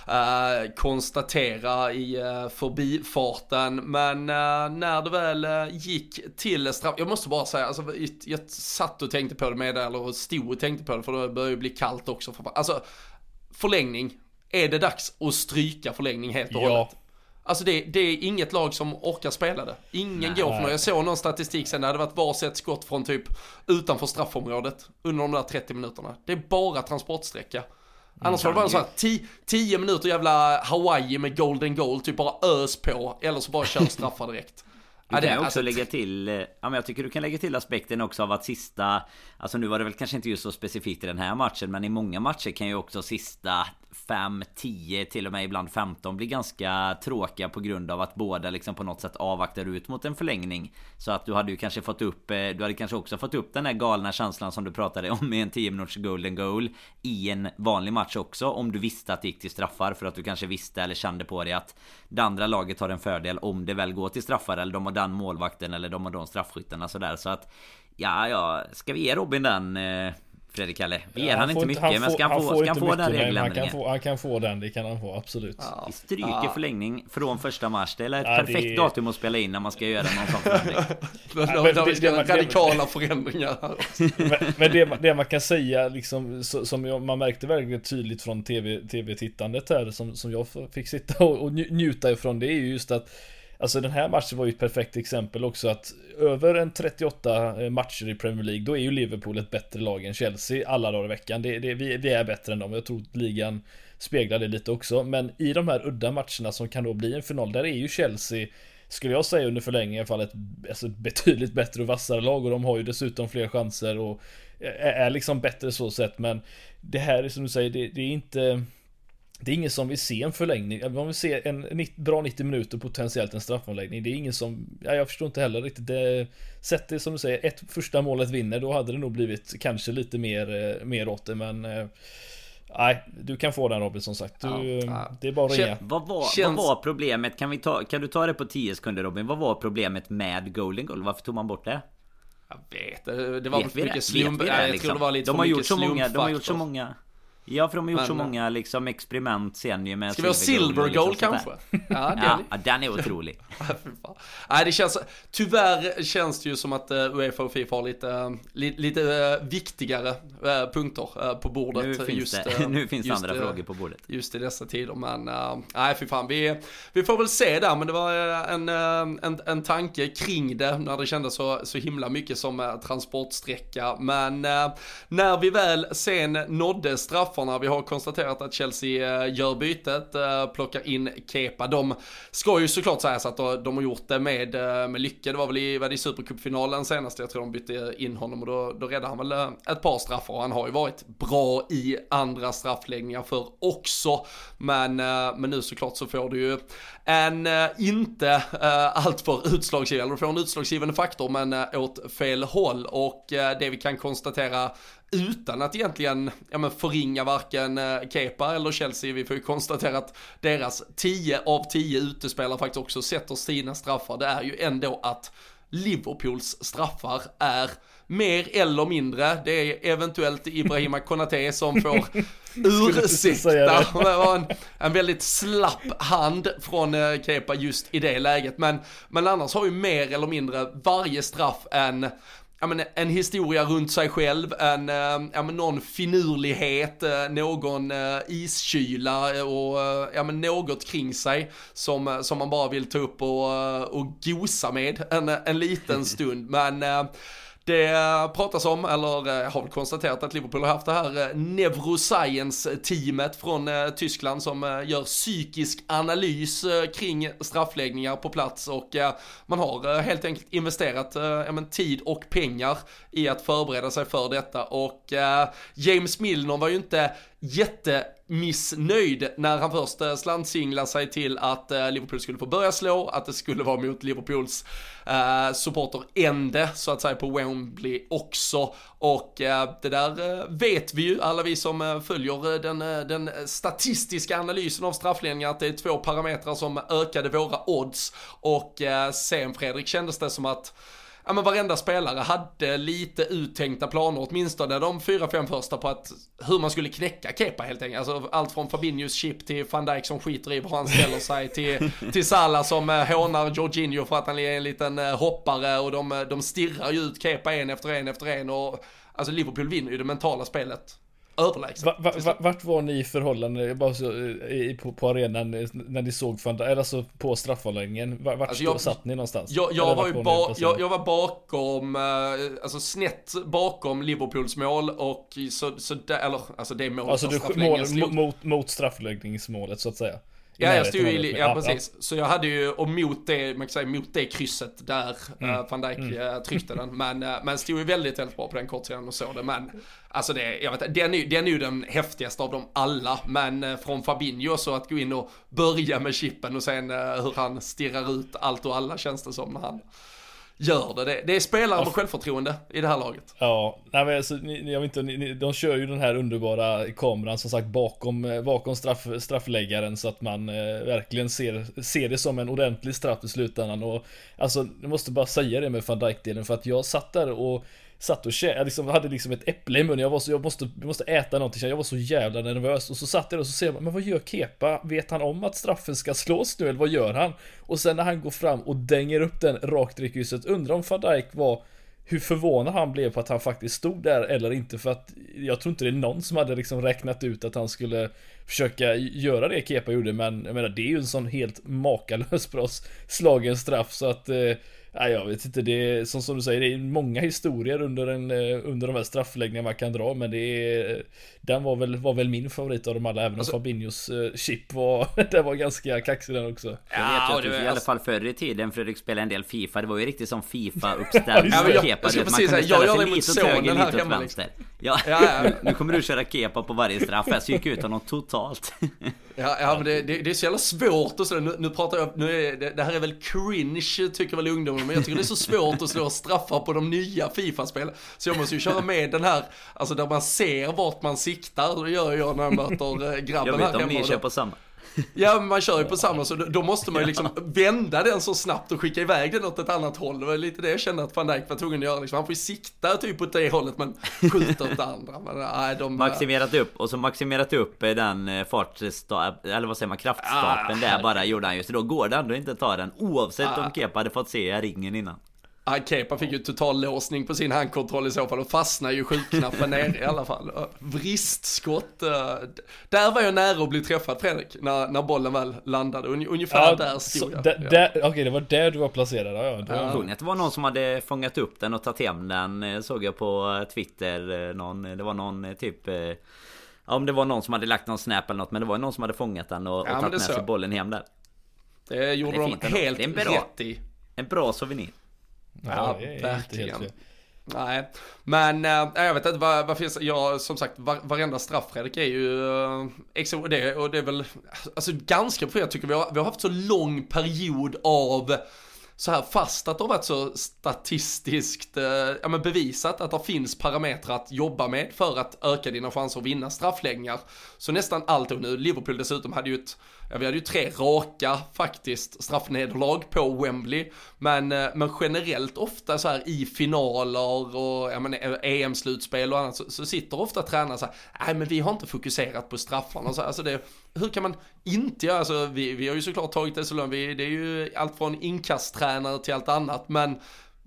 konstatera i förbifarten. Men när det väl gick till straff, jag måste bara säga, alltså, jag satt och tänkte på det med det, eller stod och tänkte på det, för det börjar ju bli kallt också. Alltså, förlängning, är det dags att stryka förlängning helt och hållet? Alltså det är inget lag som orkar spela det. Ingen går för något. Jag såg någon statistik sen, det hade varit varsitt skott från typ utanför straffområdet under de där 30 minuterna. Det är bara transportsträcka. Annars var det bara så här 10 minuter jävla Hawaii med golden goal, typ bara ös på, eller så bara kör straffar direkt. Du kan också lägga till, men jag tycker du kan lägga till aspekten också av att sista, alltså nu var det väl kanske inte just så specifikt i den här matchen, men i många matcher kan ju också sista 5, 10, till och med ibland 15 bli ganska tråkiga på grund av att båda liksom på något sätt avvaktar ut mot en förlängning. Så att du hade ju kanske också fått upp den här galna känslan som du pratade om med en 10 minuters golden goal i en vanlig match också, om du visste att det gick till straffar, för att du kanske visste eller kände på dig att det andra laget har en fördel om det väl går till straffar, eller de har den målvakten eller de har de straffskyttarna sådär. Så att ska vi ge Robin den, Fredrik Kalle? Vi ger han inte mycket, men ska han få den regeländringen? Han kan få den, det kan han få, absolut. Vi stryker förlängning från 1 mars. Det är ett perfekt datum att spela in när man ska göra någon sån förändring. Radikala förändringar. Men det man kan säga liksom, som man märkte väldigt tydligt från tv-tittandet här, som jag fick sitta och njuta ifrån, det är ju just att alltså den här matchen var ju ett perfekt exempel också, att över en 38 matcher i Premier League, då är ju Liverpool ett bättre lag än Chelsea alla dagar i veckan. Vi är bättre än dem. Jag tror att ligan speglar det lite också. Men i de här udda matcherna som kan då bli en final, där är ju Chelsea, skulle jag säga under förlängning i alla fall, ett betydligt bättre och vassare lag, och de har ju dessutom fler chanser och är liksom bättre så sätt. Men det här är som du säger, det är ingen som vill se en förlängning. Om vi ser en bra 90 minuter, potentiellt en straffomläggning, det är ingen som, jag förstår inte heller riktigt. Sett det som du säger, första målet vinner, då hade det nog blivit kanske lite mer åt det, men nej, du kan få den, Robin, som sagt. Det är bara att ringa. Vad var problemet? Kan du ta det på 10 sekunder, Robin? Vad var problemet med golden goal? Varför tog man bort det? Jag vet, det var för mycket slump. Jag tror det var lite för mycket slumpfaktor. De har gjort så många. Ja, för de har gjort så många liksom experiment sen ju med. Ska vi ha silver goal kanske? Den är otrolig. Nej, det känns, tyvärr känns det ju som att UEFA och FIFA har lite viktigare punkter på bordet. Nu finns det andra frågor på bordet. Just i dessa tider, men nej, fy fan, vi får väl se där, men det var en tanke kring det när det kändes så himla mycket som transportsträcka. Men när vi väl sen nådde straffarna, vi har konstaterat att Chelsea gör bytet, plockar in Kepa. De ska ju såklart säga så att de har gjort det med lycka. Det var väl i Supercupfinalen senast, jag tror de bytte in honom, och då räddade han väl ett par straffar, och han har ju varit bra i andra straffläggningar för också. Men nu såklart så får du ju en inte alltför utslagsgivande, du får en utslagsgivande faktor, men åt fel håll. Och det vi kan konstatera, utan att egentligen förringa varken Kepa eller Chelsea, vi får ju konstatera att deras 10 av 10 utespelare faktiskt också sätter sina straffar. Det är ju ändå att Liverpools straffar är mer eller mindre, det är eventuellt Ibrahima Konaté som får ursäkta en väldigt slapp hand från Kepa just i det läget, men annars har ju mer eller mindre varje straff en historia runt sig själv, någon finurlighet, någon iskyla och något kring sig som man bara vill ta upp och gosa med en liten stund. Men det pratas om, eller har väl konstaterat att Liverpool har haft det här neuroscience-teamet från Tyskland som gör psykisk analys kring straffläggningar på plats, och man har helt enkelt investerat tid och pengar i att förbereda sig för detta. Och James Milner var ju inte jättemissnöjd när han först slantsinglade sig till att Liverpool skulle få börja slå, att det skulle vara mot Liverpools supporterände så att säga på Wembley också. Och det där vet vi ju, alla vi som följer den statistiska analysen av straffläggningar, att det är 2 parametrar som ökade våra odds. Och sen, Fredrik, kändes det som att varenda spelare hade lite uttänkta planer, åtminstone de 4-5 första, på att hur man skulle knäcka Kepa helt enkelt. Alltså allt från Fabinhos chip till Van Dijk som skiter i vad han ställer sig, till Salah som hånar Jorginho för att han är en liten hoppare, och de stirrar ju ut Kepa en efter en, och alltså Liverpool vinner ju det mentala spelet överlägset. Vart var ni i förhållande bara så, på arenan när ni såg alltså på straffavläggningen? Vart satt ni någonstans? Jag var bakom, alltså snett bakom Liverpools mål, och så där, eller alltså det målet, alltså du mot straffläggningsmålet så att säga. Ja, jag stod ju precis. Så jag hade ju, och mot det krysset där Van Dijk tryckte den, men stod ju väldigt, väldigt bra på den kortsidan och så det. Men alltså det är ju den häftigaste av dem alla, men från Fabinho så att gå in och börja med chippen och sen hur han stirrar ut allt och alla, känns det som när han gör det. Det är spelare med självförtroende i det här laget. Ja, nej men alltså, jag vet inte, de kör ju den här underbara kameran som sagt bakom straffläggaren, så att man verkligen ser det som en ordentlig straff i slutändan. Och alltså, jag måste bara säga det med Van Dijk-delen, för att jag satt där och hade liksom ett äpple i munnen. Jag måste äta någonting. Jag var så jävla nervös. Och så satt jag och så ser man, men vad gör Kepa? Vet han om att straffen ska slås nu, eller vad gör han? Och sen när han går fram och dänger upp den rakt i krysset, undrar om Van Dijk hur förvånad han blev på att han faktiskt stod där eller inte. För att jag tror inte det är någon som hade liksom räknat ut att han skulle försöka göra det Kepa gjorde. Men jag menar, det är ju en sån helt makalös bra slagen straff, så att nej, jag vet inte, det är som du säger, det är många historier under de här straffläggningarna man kan dra, men den var väl min favorit av dem alla, även om Fabinhos chip det var ganska kaxig den också. Jag vet ju i alla fall förr i tiden Fredrik spelade en del FIFA, det var ju riktigt som FIFA uppställd. Jag gör det mot sonen här hemma liksom. Ja. Nu kommer du köra Kepa på varje straff. Jag så gick ut honom totalt. Ja, men det är så jävla svårt och så. Nu pratar jag, det här är väl cringe, tycker väl ungdomen, men jag tycker det är så svårt att slå straffar på de nya FIFA-spel. Så jag måste ju köra med den här, alltså där man ser vart man siktar. Det gör jag när jag möter grabben här hemma. Jag vet om ni kör på samma. Ja, men man kör ju på samma, så då måste man ju liksom vända den så snabbt och skicka iväg den åt ett annat håll. Det var lite det jag kände att Van Dijk var tvungen att göra liksom. Han får ju sikta typ åt det hållet, men skjuta åt det andra. Men, maximerat upp den eller vad säger man, kraftstapeln där bara gjorde han ju. Så då går det ändå inte att ta den, oavsett om Kepa hade fått se ringen innan. Kepa fick ju total låsning på sin handkontroll i så fall och fastnade ju skjutknappen ner i alla fall. Vristskott. Där var jag nära att bli träffad, Fredrik, när bollen väl landade. Ungefär där stod jag. Okej, det var där du var placerad. Det var någon som hade fångat upp den och tagit hem den, såg jag på Twitter. Det var någon typ... om det var någon som hade lagt någon snap eller något, men det var någon som hade fångat den och tagit med sig bollen hem där. Det gjorde de helt rätt i. En bra souvenir. Ja, verkligen. Nej, men jag vet inte vad finns. Jag som sagt, varenda straff, Fredrik, är ju och det är väl alltså ganska, för jag tycker vi har haft så lång period av så här, fast att det har varit så statistiskt bevisat att det finns parametrar att jobba med för att öka dina chanser att vinna straffläggningar. Så nästan allt, och nu Liverpool dessutom hade ju vi hade ju 3 raka faktiskt straffnederlag på Wembley, men generellt ofta så här i finaler och EM-slutspel och annat så sitter ofta tränare så här, nej men vi har inte fokuserat på straffarna. Alltså hur kan man inte göra? Alltså vi har ju såklart tagit det så långt, det är ju allt från inkasttränare till allt annat, men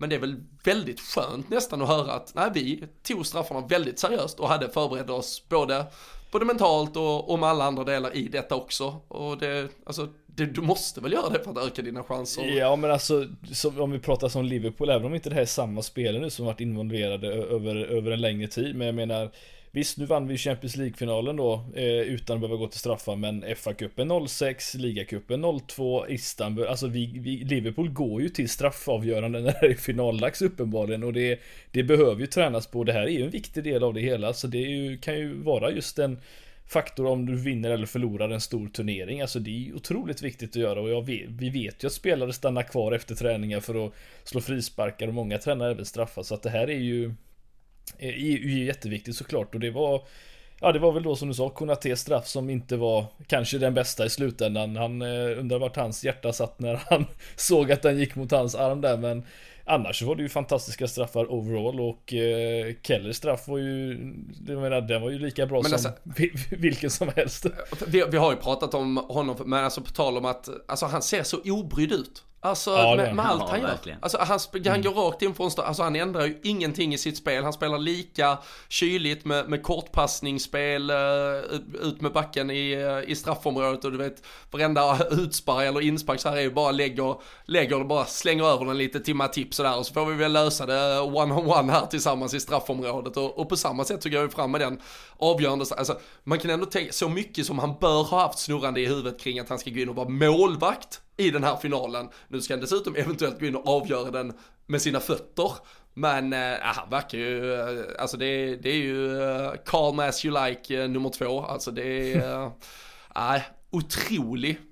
Men det är väl väldigt skönt nästan att höra att nej, vi tog straffarna väldigt seriöst och hade förberett oss både mentalt och med alla andra delar i detta också. Och du måste väl göra det för att öka dina chanser? Ja, men alltså om vi pratar som Liverpool, även om inte det här är samma spelare nu som varit involverade över en längre tid, men jag menar, visst, nu vann vi Champions League-finalen då utan att behöva gå till straffar, men FA-cupen 06, Liga-cupen 02, Istanbul, alltså Liverpool går ju till straffavgörande när det är finaldags uppenbarligen, och det behöver ju tränas på. Det här är ju en viktig del av det hela, så kan ju vara just en faktor om du vinner eller förlorar en stor turnering. Alltså det är otroligt viktigt att göra, och vi vet ju att spelare stannar kvar efter träningar för att slå frisparkar, och många tränar även straffar, så att det här är ju jätteviktigt såklart. Och det var väl då som du sa, Konaté straff som inte var kanske den bästa i slutändan. Han undrar vart hans hjärta satt när han såg att den gick mot hans arm där, men annars var det ju fantastiska straffar overall, och Kellers straff var ju, jag menar, den var ju lika bra som vilken som helst. Vi har ju pratat om honom, men alltså på tal om att alltså, han ser så obrydd ut. Alltså med allt han gör. Alltså han går rakt in från alltså han ändrar ju ingenting i sitt spel. Han spelar lika kyligt med kortpassningsspel ut med backen i straffområdet, och du vet, varenda utspark eller inspark så här är ju bara lägger och bara slänger över den lite till Matip sådär, och så får vi väl lösa det one-on-one här tillsammans i straffområdet, och på samma sätt så går vi fram med den avgörande. Alltså man kan ändå tänka så mycket som han bör ha haft snurrande i huvudet kring att han ska gå in och vara målvakt i den här finalen. Nu ska han dessutom eventuellt gå in och avgöra den med sina fötter. Men han verkar ju, alltså det är ju calm as you like nummer 2. Alltså det är otrolig.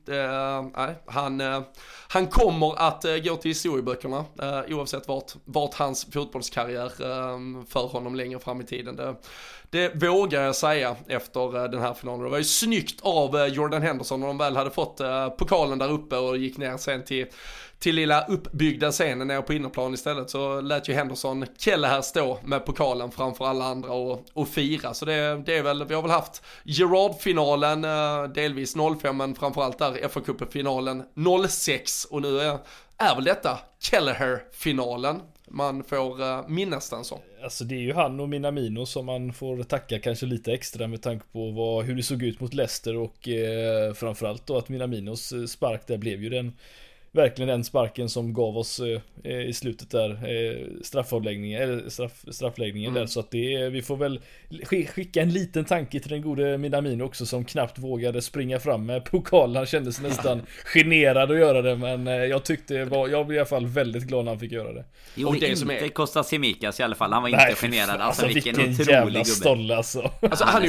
Han kommer att gå till historieböckerna oavsett vart hans fotbollskarriär för honom längre fram i tiden. Det vågar jag säga efter den här finalen. Det var ju snyggt av Jordan Henderson när de väl hade fått pokalen där uppe och gick ner sen till lilla uppbyggda scenen nere på innerplan istället, så lät ju Henderson Kelleher stå med pokalen framför alla andra och fira. Så det är väl, vi har väl haft Gerrard-finalen delvis 05, men framförallt där FA-cupen-finalen 06, och nu är väl detta Kelleher-finalen man får minnas den så. Alltså det är ju han och Minamino som man får tacka kanske lite extra med tanke på hur det såg ut mot Leicester, och framförallt då att Minaminos spark där blev ju verkligen den sparken som gav oss i slutet där straffläggningen där, så att vi får väl skicka en liten tanke till den gode Minamino också, som knappt vågade springa fram med pokalen. Han kände sig nästan generad att göra det, men jag blev i alla fall väldigt glad när han fick göra det. Jo, och det som inte Kostas Simikas i alla fall, han var inte generad. Alltså vilken otrolig gubbe. Stolle alltså. Alltså han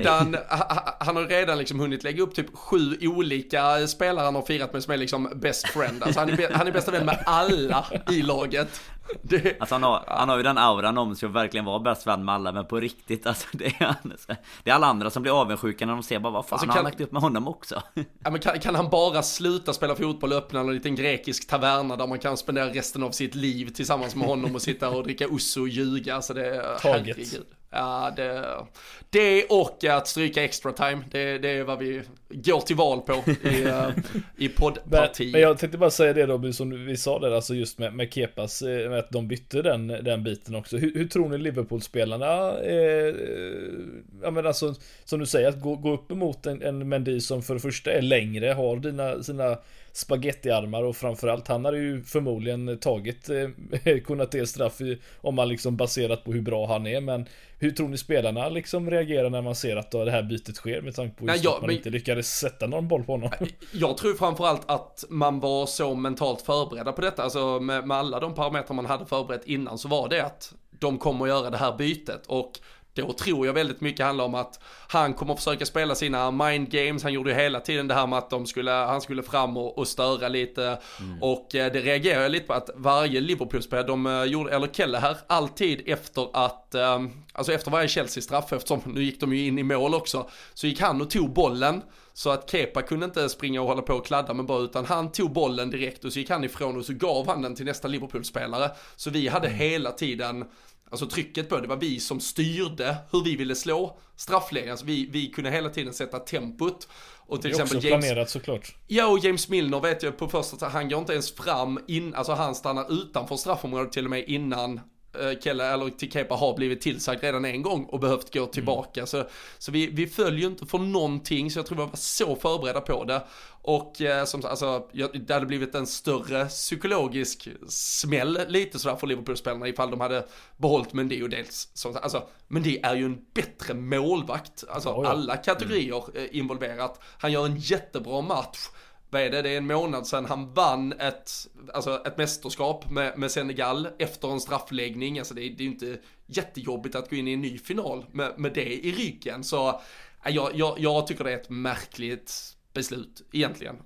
har ju redan liksom hunnit lägga upp typ 7 olika spelare han har firat med som är liksom best friend. Alltså han är bästa vän med alla i laget. Alltså han har ju den auran om sig att verkligen vara bäst vän med alla, men på riktigt alltså, det är alla andra som blir avundsjuka när de ser bara vad fan, alltså, har han lagt upp med honom också. Ja, men kan han bara sluta spela fotboll och öppna en liten grekisk taverna där man kan spendera resten av sitt liv tillsammans med honom och sitta och dricka usso och ljuga, alltså det är herregud. Ja, det och att stryka extra time, det är vad vi går till val på i poddpartiet. Men jag tänkte bara säga det då, som vi sa där, alltså just med Kepas, med att de bytte den biten också. Hur tror ni Liverpool-spelarna men alltså, som du säger, att gå upp emot en Mendy som för det första är längre, har sina spagettiarmar, och framförallt han hade ju förmodligen tagit Konaté straff om man liksom baserat på hur bra han är. Men hur tror ni spelarna liksom reagerar när man ser att det här bytet sker, med tanke på att man inte lyckades sätta någon boll på honom? Jag tror framförallt att man var så mentalt förberedda på detta, alltså med alla de parametrar man hade förberett innan, så var det att de kommer att göra det här bytet, och då tror jag väldigt mycket handlar om att han kommer att försöka spela sina mind games. Han gjorde ju hela tiden det här med att han skulle fram och störa lite. Och det reagerar jag lite på att varje Liverpool-spelare de gjorde, eller Kelleher, alltid efter att alltså efter varje Chelsea-straff, eftersom nu gick de ju in i mål också, så gick han och tog bollen, så att Kepa kunde inte springa och hålla på och kladda med bara, utan han tog bollen direkt och så gick han ifrån och så gav han den till nästa Liverpool-spelare. Så vi hade hela tiden alltså trycket på det var vi som styrde hur vi ville slå strafflägen. Alltså vi kunde hela tiden sätta tempot. Och till exempel också planerat såklart. Ja, och James Milner vet jag på första, han går inte ens fram alltså han stannar utanför straffområdet till och med innan Kelle eller Kepa har blivit tillsagd redan en gång och behövt gå tillbaka. Så vi följer ju inte för någonting, så jag tror vi var så förberedda på det. Och alltså, det hade blivit en större psykologisk smäll lite sådär för Liverpool-spelarna ifall de hade behållit Mendy och dels alltså, Mendy är ju en bättre målvakt, alltså alla kategorier involverat. Han gör en jättebra match. Vad är det? Det är en månad sedan han vann ett mästerskap med Senegal efter en straffläggning. Alltså det är ju inte jättejobbigt att gå in i en ny final med det i ryggen. Så jag tycker det är ett märkligt beslut egentligen.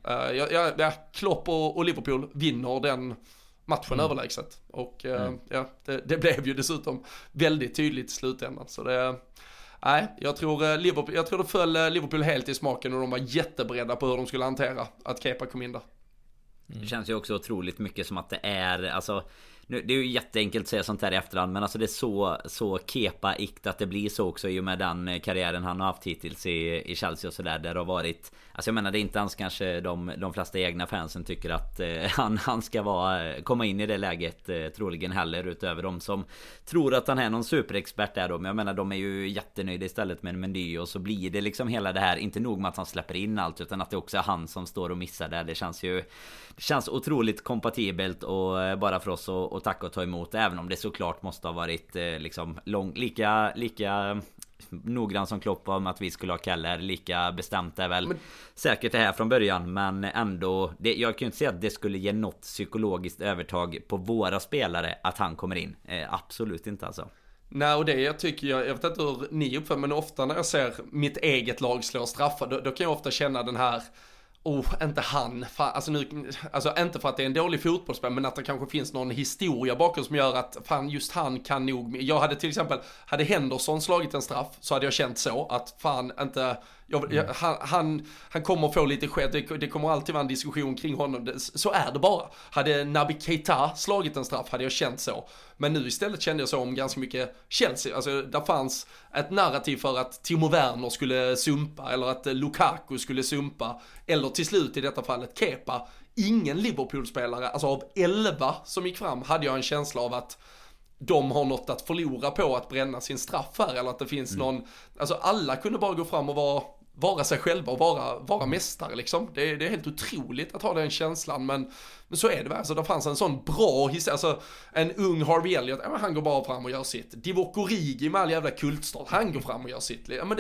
Klopp och Liverpool vinner den matchen överlägset. Och det blev ju dessutom väldigt tydligt i slutändan. Så det... Nej, jag tror det föll Liverpool helt i smaken och de var jätteberedda på hur de skulle hantera att Kepa kom in där. Det känns ju också otroligt mycket som att det är, alltså, nu, det är ju jätteenkelt att säga sånt här i efterhand, men alltså det är så Kepa-ikt att det blir så också i och med den karriären han har haft hittills i Chelsea och sådär, där det har varit, alltså jag menar det är inte ens kanske de flesta egna fansen tycker att han ska komma in i det läget troligen heller, utöver de som tror att han är någon superexpert där då. Men jag menar de är ju jättenöjda istället med en Mendy, och så blir det liksom hela det här, inte nog med att han släpper in allt, utan att det också är han som står och missar där. Det känns otroligt kompatibelt, och bara för oss att tacka och ta emot, även om det såklart måste ha varit liksom lika noggrann som Klopp om att vi skulle ha Keller, lika bestämt är väl säkert det här från början, men ändå jag kan ju inte säga att det skulle ge något psykologiskt övertag på våra spelare att han kommer in, absolut inte alltså. Nej, och det jag tycker, jag vet inte hur ni uppför, men ofta när jag ser mitt eget lag slå straffar, då kan jag ofta känna den här, inte han, alltså inte för att det är en dålig fotbollsspelare, men att det kanske finns någon historia bakom som gör att fan, just han kan nog. Jag hade till exempel, hade Henderson slagit en straff så hade jag känt så att fan inte, han kommer få lite skit, det kommer alltid vara en diskussion kring honom, så är det bara. Hade Naby Keita slagit en straff hade jag känt så. Men nu istället kände jag så om ganska mycket Chelsea. Alltså där fanns ett narrativ för att Timo Werner skulle sumpa, eller att Lukaku skulle sumpa, eller till slut i detta fallet Kepa. Ingen Liverpool-spelare, alltså av 11 som gick fram, hade jag en känsla av att de har något att förlora på att bränna sin straff här, eller att det finns någon, alltså alla kunde bara gå fram och vara sig själva och vara mästare liksom. Det är helt otroligt att ha den känslan, men så är det väl. Alltså det fanns en sån bra alltså en ung Harvey Elliott, han går bara fram och gör sitt. Divock Origi med all jävla kultstart, han går fram och gör sitt. Ja, men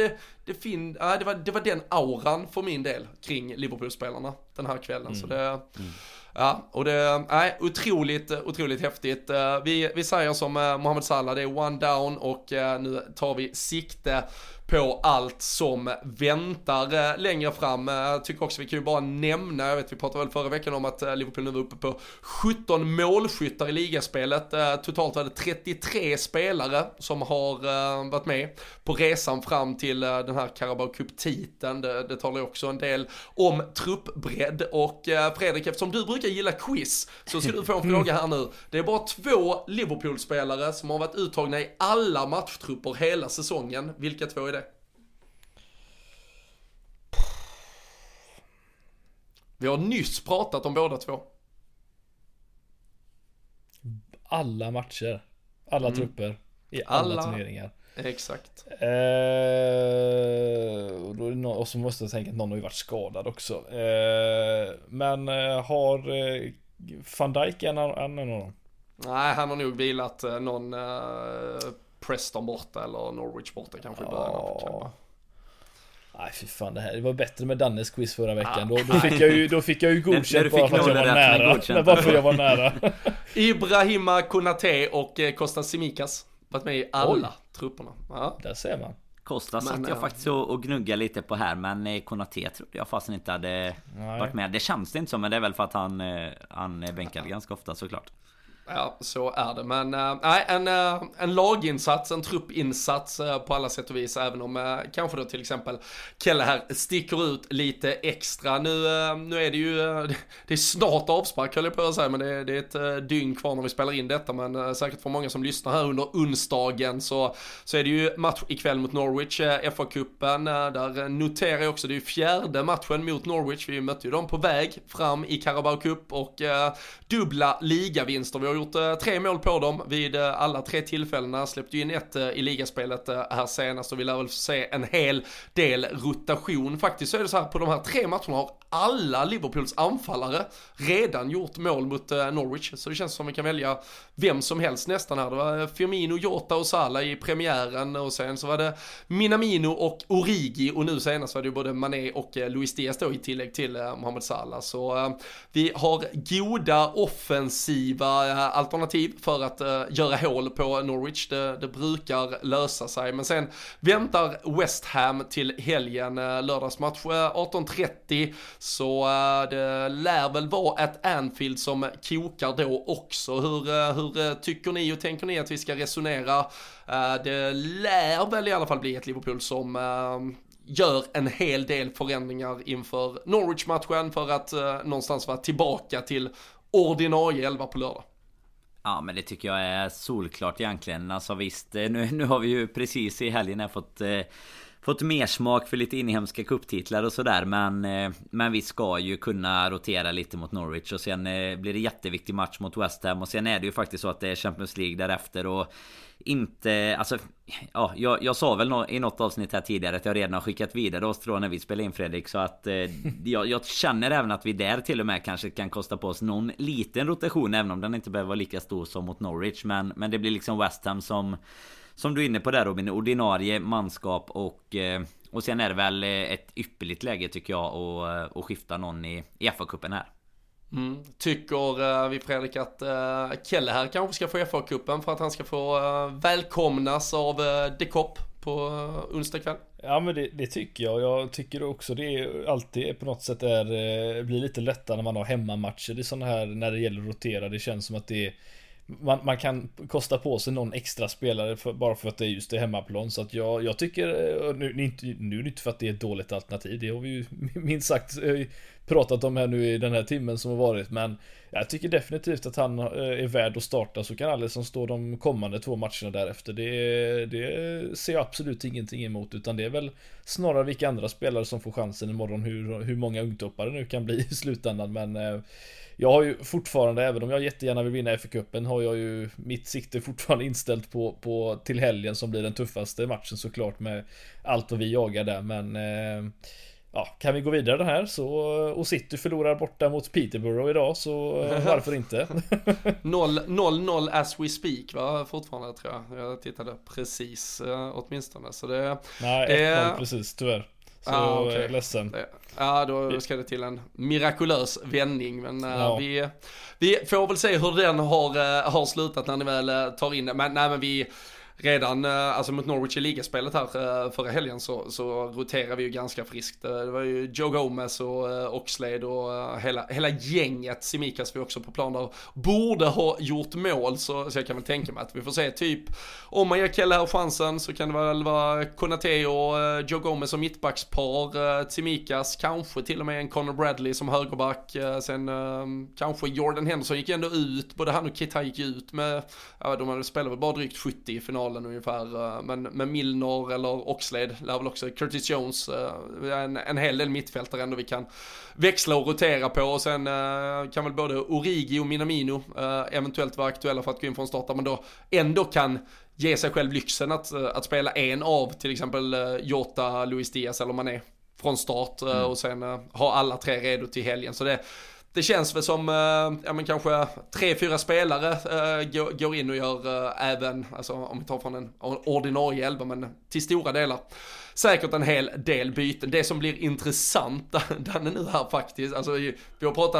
det var den auran för min del kring Liverpool-spelarna den här kvällen. Så det ja, och det är otroligt häftigt. Vi säger som Mohamed Salah, det är one down, och nu tar vi sikte på allt som väntar längre fram. Jag tycker också vi kan ju bara nämna, jag vet vi pratade väl förra veckan om att Liverpool nu var uppe på 17 målskyttar i ligaspelet. Totalt var det 33 spelare som har varit med på resan fram till den här Carabao Cup-titeln. Det talar ju också en del om truppbredd. Och Fredrik, eftersom du brukar gilla quiz, så ska du få en fråga här nu. Det är bara 2 Liverpool-spelare som har varit uttagna i alla matchtrupper hela säsongen. Vilka 2 är det? Vi har nyss pratat om båda 2. Alla matcher, alla trupper i alla turneringar. Exakt. Och så måste jag tänka att någon har ju varit skadad också. Men har Van Dijk en av dem? Nej, han har nog vilat någon Preston borta eller Norwich borta kanske i början. Nej fy fan, det var bättre med Dannes quiz förra veckan. Då fick jag ju godkänt bara för att jag var nära. Bara för att jag var nära. Ibrahima Konate och Kostas Tsimikas varit med i alla trupperna. Ja. Där ser man. Kostas satt jag faktiskt och gnugga lite på här, men Konate trodde jag fast inte hade varit med. Det känns det inte som, men det är väl för att han är bänkad ganska ofta såklart. Ja, så är det. Men en laginsats, en truppinsats på alla sätt och vis, även om kanske då till exempel Kelle här sticker ut lite extra. Nu är det ju, det är snart avspark höll jag på att säga, men det är ett dygn kvar när vi spelar in detta, men säkert för många som lyssnar här under onsdagen så är det ju match ikväll mot Norwich, FA-cupen, där noterar jag också, det är ju fjärde matchen mot Norwich, vi mötte ju dem på väg fram i Carabao Cup och dubbla ligavinster. Vi har gjort 3 mål på dem vid alla 3 tillfällena, släppte ju in 1 i ligaspelet här senast och vi lär väl se en hel del rotation. Faktiskt så är det så här, på de här 3 matcherna har alla Liverpools anfallare redan gjort mål mot Norwich, så det känns som vi kan välja vem som helst nästan här. Det var Firmino, Jota och Salah i premiären och sen så var det Minamino och Origi och nu senast var det ju både Mané och Luis Diaz då i tillägg till Mohamed Salah. Så vi har goda offensiva alternativ för att göra hål på Norwich. Det brukar lösa sig, men sen väntar West Ham till helgen, lördagsmatch 18:30, så det lär väl vara ett Anfield som kokar då också. Hur tycker ni och tänker ni att vi ska resonera? Det lär väl i alla fall bli ett Liverpool som gör en hel del förändringar inför Norwich-matchen för att någonstans vara tillbaka till ordinarie 11 på lördag. Ja, men det tycker jag är solklart egentligen. Alltså visst, nu har vi ju precis i helgen här fått mer smak för lite inhemska kupptitlar och sådär, men vi ska ju kunna rotera lite mot Norwich och sen blir det jätteviktig match mot West Ham och sen är det ju faktiskt så att det är Champions League därefter och inte, alltså ja, jag sa väl i något avsnitt här tidigare att jag redan har skickat vidare oss tror när vi spelar in, Fredrik, så att jag känner även att vi där till och med kanske kan kosta på oss någon liten rotation, även om den inte behöver vara lika stor som mot Norwich, men det blir liksom West Ham som du är inne på där, Robin, ordinarie manskap och sen är det väl ett ypperligt läge tycker jag att skifta någon i FA-cupen här. Tycker vi, Fredrik, att Kelle här kanske ska få FA-cupen för att han ska få välkomnas av De Kopp på onsdag kväll? Ja, men det tycker jag. Jag tycker också det är alltid på något sätt blir lite lättare när man har hemmamatcher. Det är sån här när det gäller att rotera. Det känns som att man kan kosta på sig någon extra spelare bara för att det är just det hemmaplan. Så att jag tycker nu är det inte för att det är ett dåligt alternativ. Det har vi ju minst sagt pratat om här nu i den här timmen som har varit. Men jag tycker definitivt att han är värd att starta, så kan alla som står de kommande 2 matcherna därefter. Det ser jag absolut ingenting emot, utan det är väl snarare vilka andra spelare som får chansen imorgon, hur många ungtoppare nu kan bli i slutändan. Men jag har ju fortfarande, även om jag jättegärna vill vinna FA-cupen, har jag ju mitt sikte fortfarande inställt på till helgen som blir den tuffaste matchen såklart, med allt vad vi jagar där. Men ja, kan vi gå vidare den här och City förlorar borta mot Peterborough idag, så varför inte? 0-0 as we speak, va? Fortfarande tror jag tittade precis åtminstone, så det... Nej, 1-0 precis, tyvärr. Så okay. Ledsen. Ja, då ska det till en mirakulös vändning, men vi får väl se hur den har slutat när ni väl tar in det. Men vi redan, alltså mot Norwich i ligaspelet här förra helgen så roterar vi ju ganska friskt. Det var ju Joe Gomez och Oxlade och hela gänget. Simikas vi också på plan där borde ha gjort mål, så jag kan väl tänka mig att vi får se typ, om man ger Kelle här chansen så kan det väl vara Konate och Joe Gomez som mittbackspar, Simikas, kanske till och med en Conor Bradley som högerback, sen kanske Jordan Henderson gick ändå ut, både han och Keita gick ut med, de hade spelat väl bara drygt 70 i finalen ungefär, men med Milner eller Oxlade lär väl också Curtis Jones, en hel del mittfältare ändå vi kan växla och rotera på, och sen kan väl både Origi och Minamino eventuellt vara aktuella för att gå in från start, men då ändå kan ge sig själv lyxen att spela en av till exempel Jota, Luis Diaz eller Mané från start och sen ha alla 3 redo till helgen. Så det känns väl som men kanske 3-4 spelare går in och gör även, alltså om vi tar från en ordinarie 11, men till stora delar säkert en hel del byten. Det som blir intressant, den är nu här faktiskt, alltså vi har pratat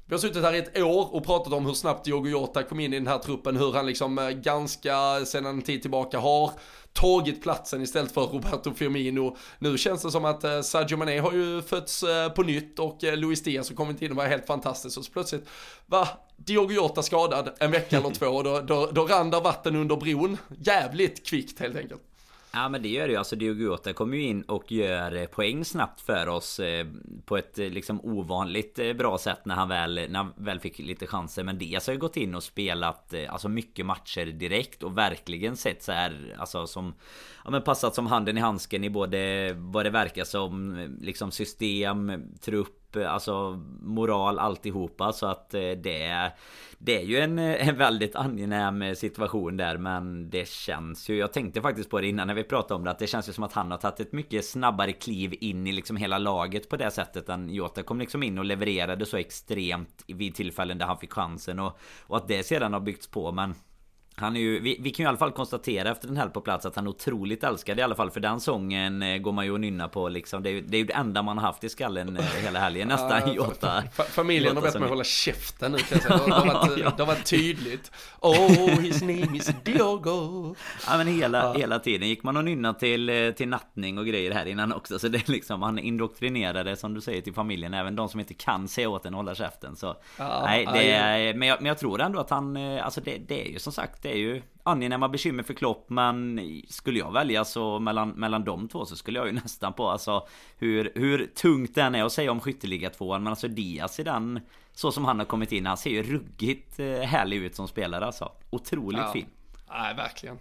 Vi har suttit här i ett år och pratat om hur snabbt Diogo Jota kom in i den här truppen, hur han liksom ganska sedan en tid tillbaka har tagit platsen istället för Roberto Firmino. Nu känns det som att Sadio Mané har ju fötts på nytt och Luis Diaz har kommit in och var helt fantastiskt. Och så plötsligt var Diogo Jota skadad en vecka eller två och då rann där vatten under bron jävligt kvickt helt enkelt. Ja, men det gör det ju. Alltså Diogo Jota kommer ju in och gör poäng snabbt för oss på ett liksom ovanligt bra sätt när han väl fick lite chanser. Men Diaz har ju gått in och spelat alltså mycket matcher direkt och verkligen sett så här, alltså som men passat som handen i handsken i både vad det verkar som liksom system, trupp, alltså moral, alltihopa. Så att det är ju en väldigt angenäm situation där. Men det känns ju, jag tänkte faktiskt på det innan när vi pratade om det, att det känns ju som att han har tagit ett mycket snabbare kliv in i liksom hela laget på det sättet än Jota kom liksom in och levererade så extremt vid tillfällen där han fick chansen och att det sedan har byggts på. Men han är ju, vi kan ju i alla fall konstatera efter den här på plats att han är otroligt älskad, i alla fall för den sången går man ju och nynna på liksom. Det är ju det enda man har haft i skallen hela helgen nästan. Jota. Familjen har bett mig hålla käften nu kan jag säga. Det har varit tydligt. Oh, his name is Diogo. Ja, men hela tiden gick man och nynna till nattning och grejer här innan också. Så det är liksom, han indoktrinerade som du säger till familjen, även de som inte kan säga åt en och hålla käften. Så nej, men jag tror ändå att han, alltså det är ju som sagt, det är ju angenäma bekymmer för Klopp. Men skulle jag välja så mellan de två så skulle jag ju nästan på alltså hur tungt den är att säga om skytteliga tvåan. Men alltså Diaz i den, så som han har kommit in, han ser ju ruggigt härlig ut som spelare alltså. Otroligt fin. Nej, verkligen.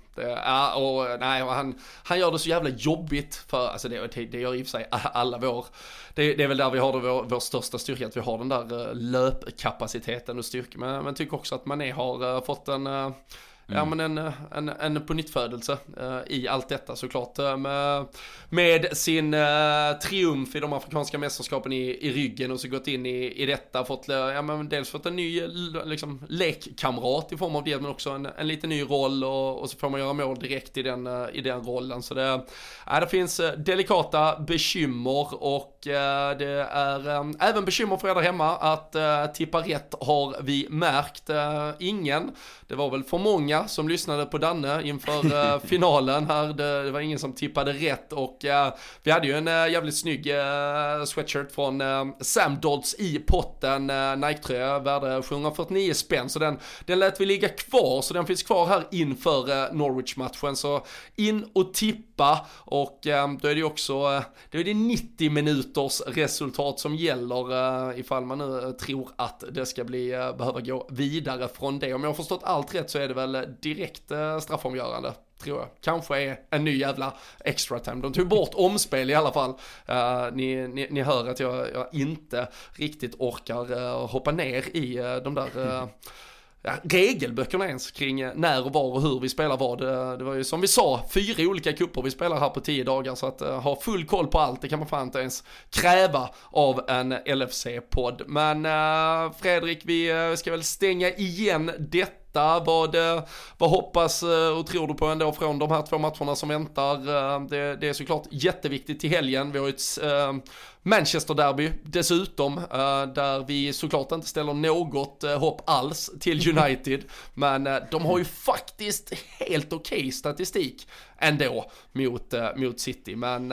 Han gör det så jävla jobbigt för, alltså det gör i och för sig alla det är väl där vi har vår största styrka, att vi har den där löpkapaciteten och styrka. Men tycker också att Mané har fått en pånyttfödelse i allt detta såklart, med sin triumf i de afrikanska mästerskapen i ryggen, och så gått in i detta, fått dels fått en ny liksom lekkamrat i form av det, men också en liten ny roll, och så får man göra mål direkt i den rollen. Så det finns delikata bekymmer, och det är även bekymmer för er där hemma att tippa rätt, har vi märkt. Det var väl för många som lyssnade på Danne inför finalen här. Det var ingen som tippade rätt, och vi hade ju en jävligt snygg sweatshirt från Sam Dodds i potten, Nike-tröja värde 749 spänn, så den lät vi ligga kvar, så den finns kvar här inför Norwich-matchen. Så in och tippa, och då är det ju också det är det 90 minuters resultat som gäller ifall man nu tror att det ska behöva gå vidare från det. Om jag har förstått allt rätt så är det väl direkt straffomgörande, tror jag. Kanske är en ny jävla extra time. De tog bort omspel i alla fall. Ni hör att jag inte riktigt orkar hoppa ner i de där regelböckerna ens kring när och var och hur vi spelar vad. Det var ju som vi sa 4 olika kupper vi spelar här på 10 dagar, så att ha full koll på allt, det kan man fan inte ens kräva av en LFC-podd. Men Fredrik, vi ska väl stänga igen detta. Vad hoppas och tror du på ändå från de här 2 matcherna som väntar? Det är såklart jätteviktigt till helgen. Vi har ju ett Manchester derby dessutom, där vi såklart inte ställer något hopp alls till United, men de har ju faktiskt helt okej statistik ändå mot City. Men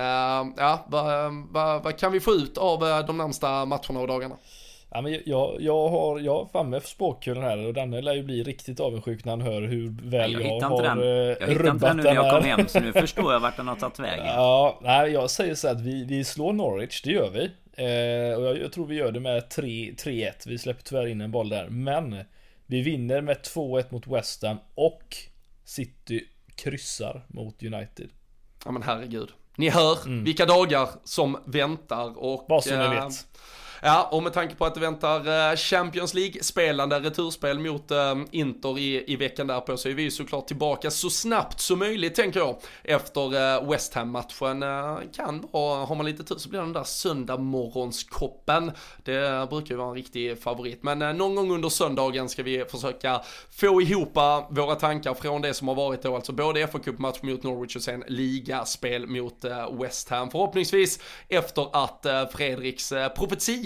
vad kan vi få ut av de närmsta matcherna och dagarna? Ja, men jag har framme för spåkulen här, och den lär ju bli riktigt avundsjuk när han hör hur väl jag har rubbat den när jag kom hem, så nu förstår jag vart den har tagit vägen. Ja, nej, jag säger så att vi slår Norwich, det gör vi. Och jag tror vi gör det med 3-1. Vi släpper tyvärr in en boll där, men vi vinner med 2-1 mot West Ham, och City kryssar mot United. Ja, men herregud. Ni hör vilka dagar som väntar, och bara så ni vet. Ja, och med tanke på att det väntar Champions League-spelande returspel mot Inter i veckan därpå, så är vi ju såklart tillbaka så snabbt som möjligt, tänker jag, efter West Ham-matchen. Har man lite tur så blir den där söndagmorgonskoppen. Det brukar ju vara en riktig favorit. Men någon gång under söndagen ska vi försöka få ihop våra tankar från det som har varit då, alltså både FA-cupmatch mot Norwich och sen ligaspel mot West Ham. Förhoppningsvis efter att Fredriks profetia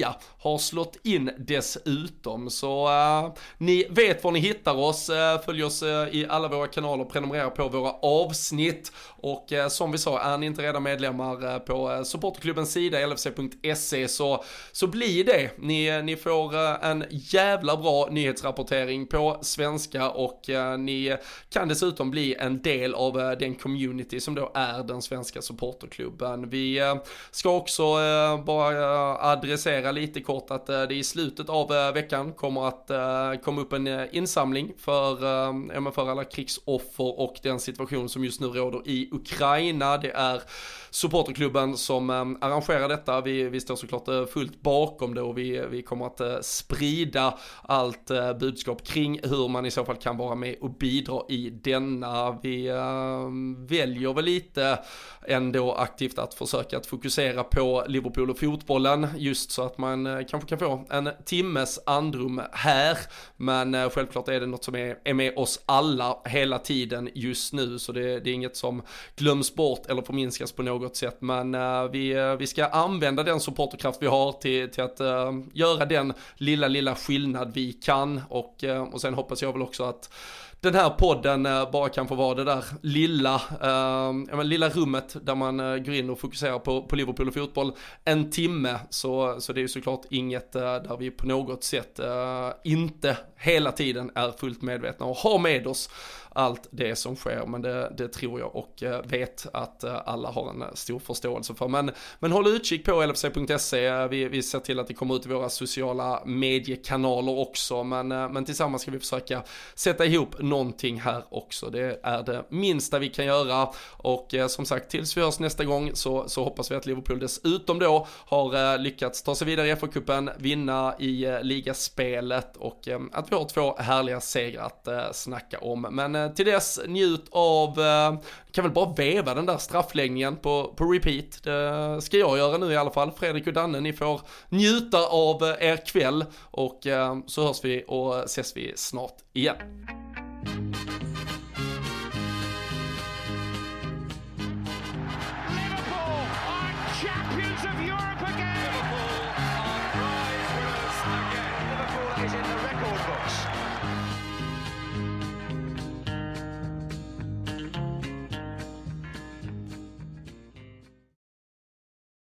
Lia har slått in dessutom. Så ni vet var ni hittar oss. Följ oss i alla våra kanaler, prenumerera på våra avsnitt. Och som vi sa, är ni inte redan medlemmar på supporterklubbens sida lfc.se så blir det. Ni får en jävla bra nyhetsrapportering på svenska och ni kan dessutom bli en del av den community som då är den svenska supporterklubben. Vi ska också bara adressera lite kort att det i slutet av veckan kommer att komma upp en insamling för alla krigsoffer och den situation som just nu råder i Ukraina. Det är supporterklubben som arrangerar detta. Vi står såklart fullt bakom det och vi kommer att sprida allt budskap kring hur man i så fall kan vara med och bidra i denna. Vi väljer väl lite ändå aktivt att försöka att fokusera på Liverpool och fotbollen, just så att man kanske kan få en timmes andrum här, men självklart är det något som är med oss alla hela tiden just nu, så det är inget som glöms bort eller förminskas på något sätt, men vi ska använda den supporterkraft vi har till att göra den lilla skillnad vi kan, och sen hoppas jag väl också att den här podden bara kan få vara det där lilla rummet där man går in och fokuserar på Liverpool och fotboll en timme, så det är ju såklart inget där vi på något sätt inte hela tiden är fullt medvetna och har med oss allt det som sker, men det tror jag och vet att alla har en stor förståelse för. Men håll utkik på lfc.se, vi ser till att det kommer ut i våra sociala mediekanaler också, men tillsammans ska vi försöka sätta ihop någonting här också. Det är det minsta vi kan göra, och som sagt, tills vi hörs nästa gång så hoppas vi att Liverpool dessutom då har lyckats ta sig vidare i FA-cupen, vinna i ligaspelet och att vi har 2 härliga segrar att snacka om. Men till dess, njut av, kan väl bara väva den där straffläggningen på repeat. Det ska jag göra nu i alla fall. Fredrik och Danne, ni får njuta av er kväll, och så hörs vi och ses vi snart igen.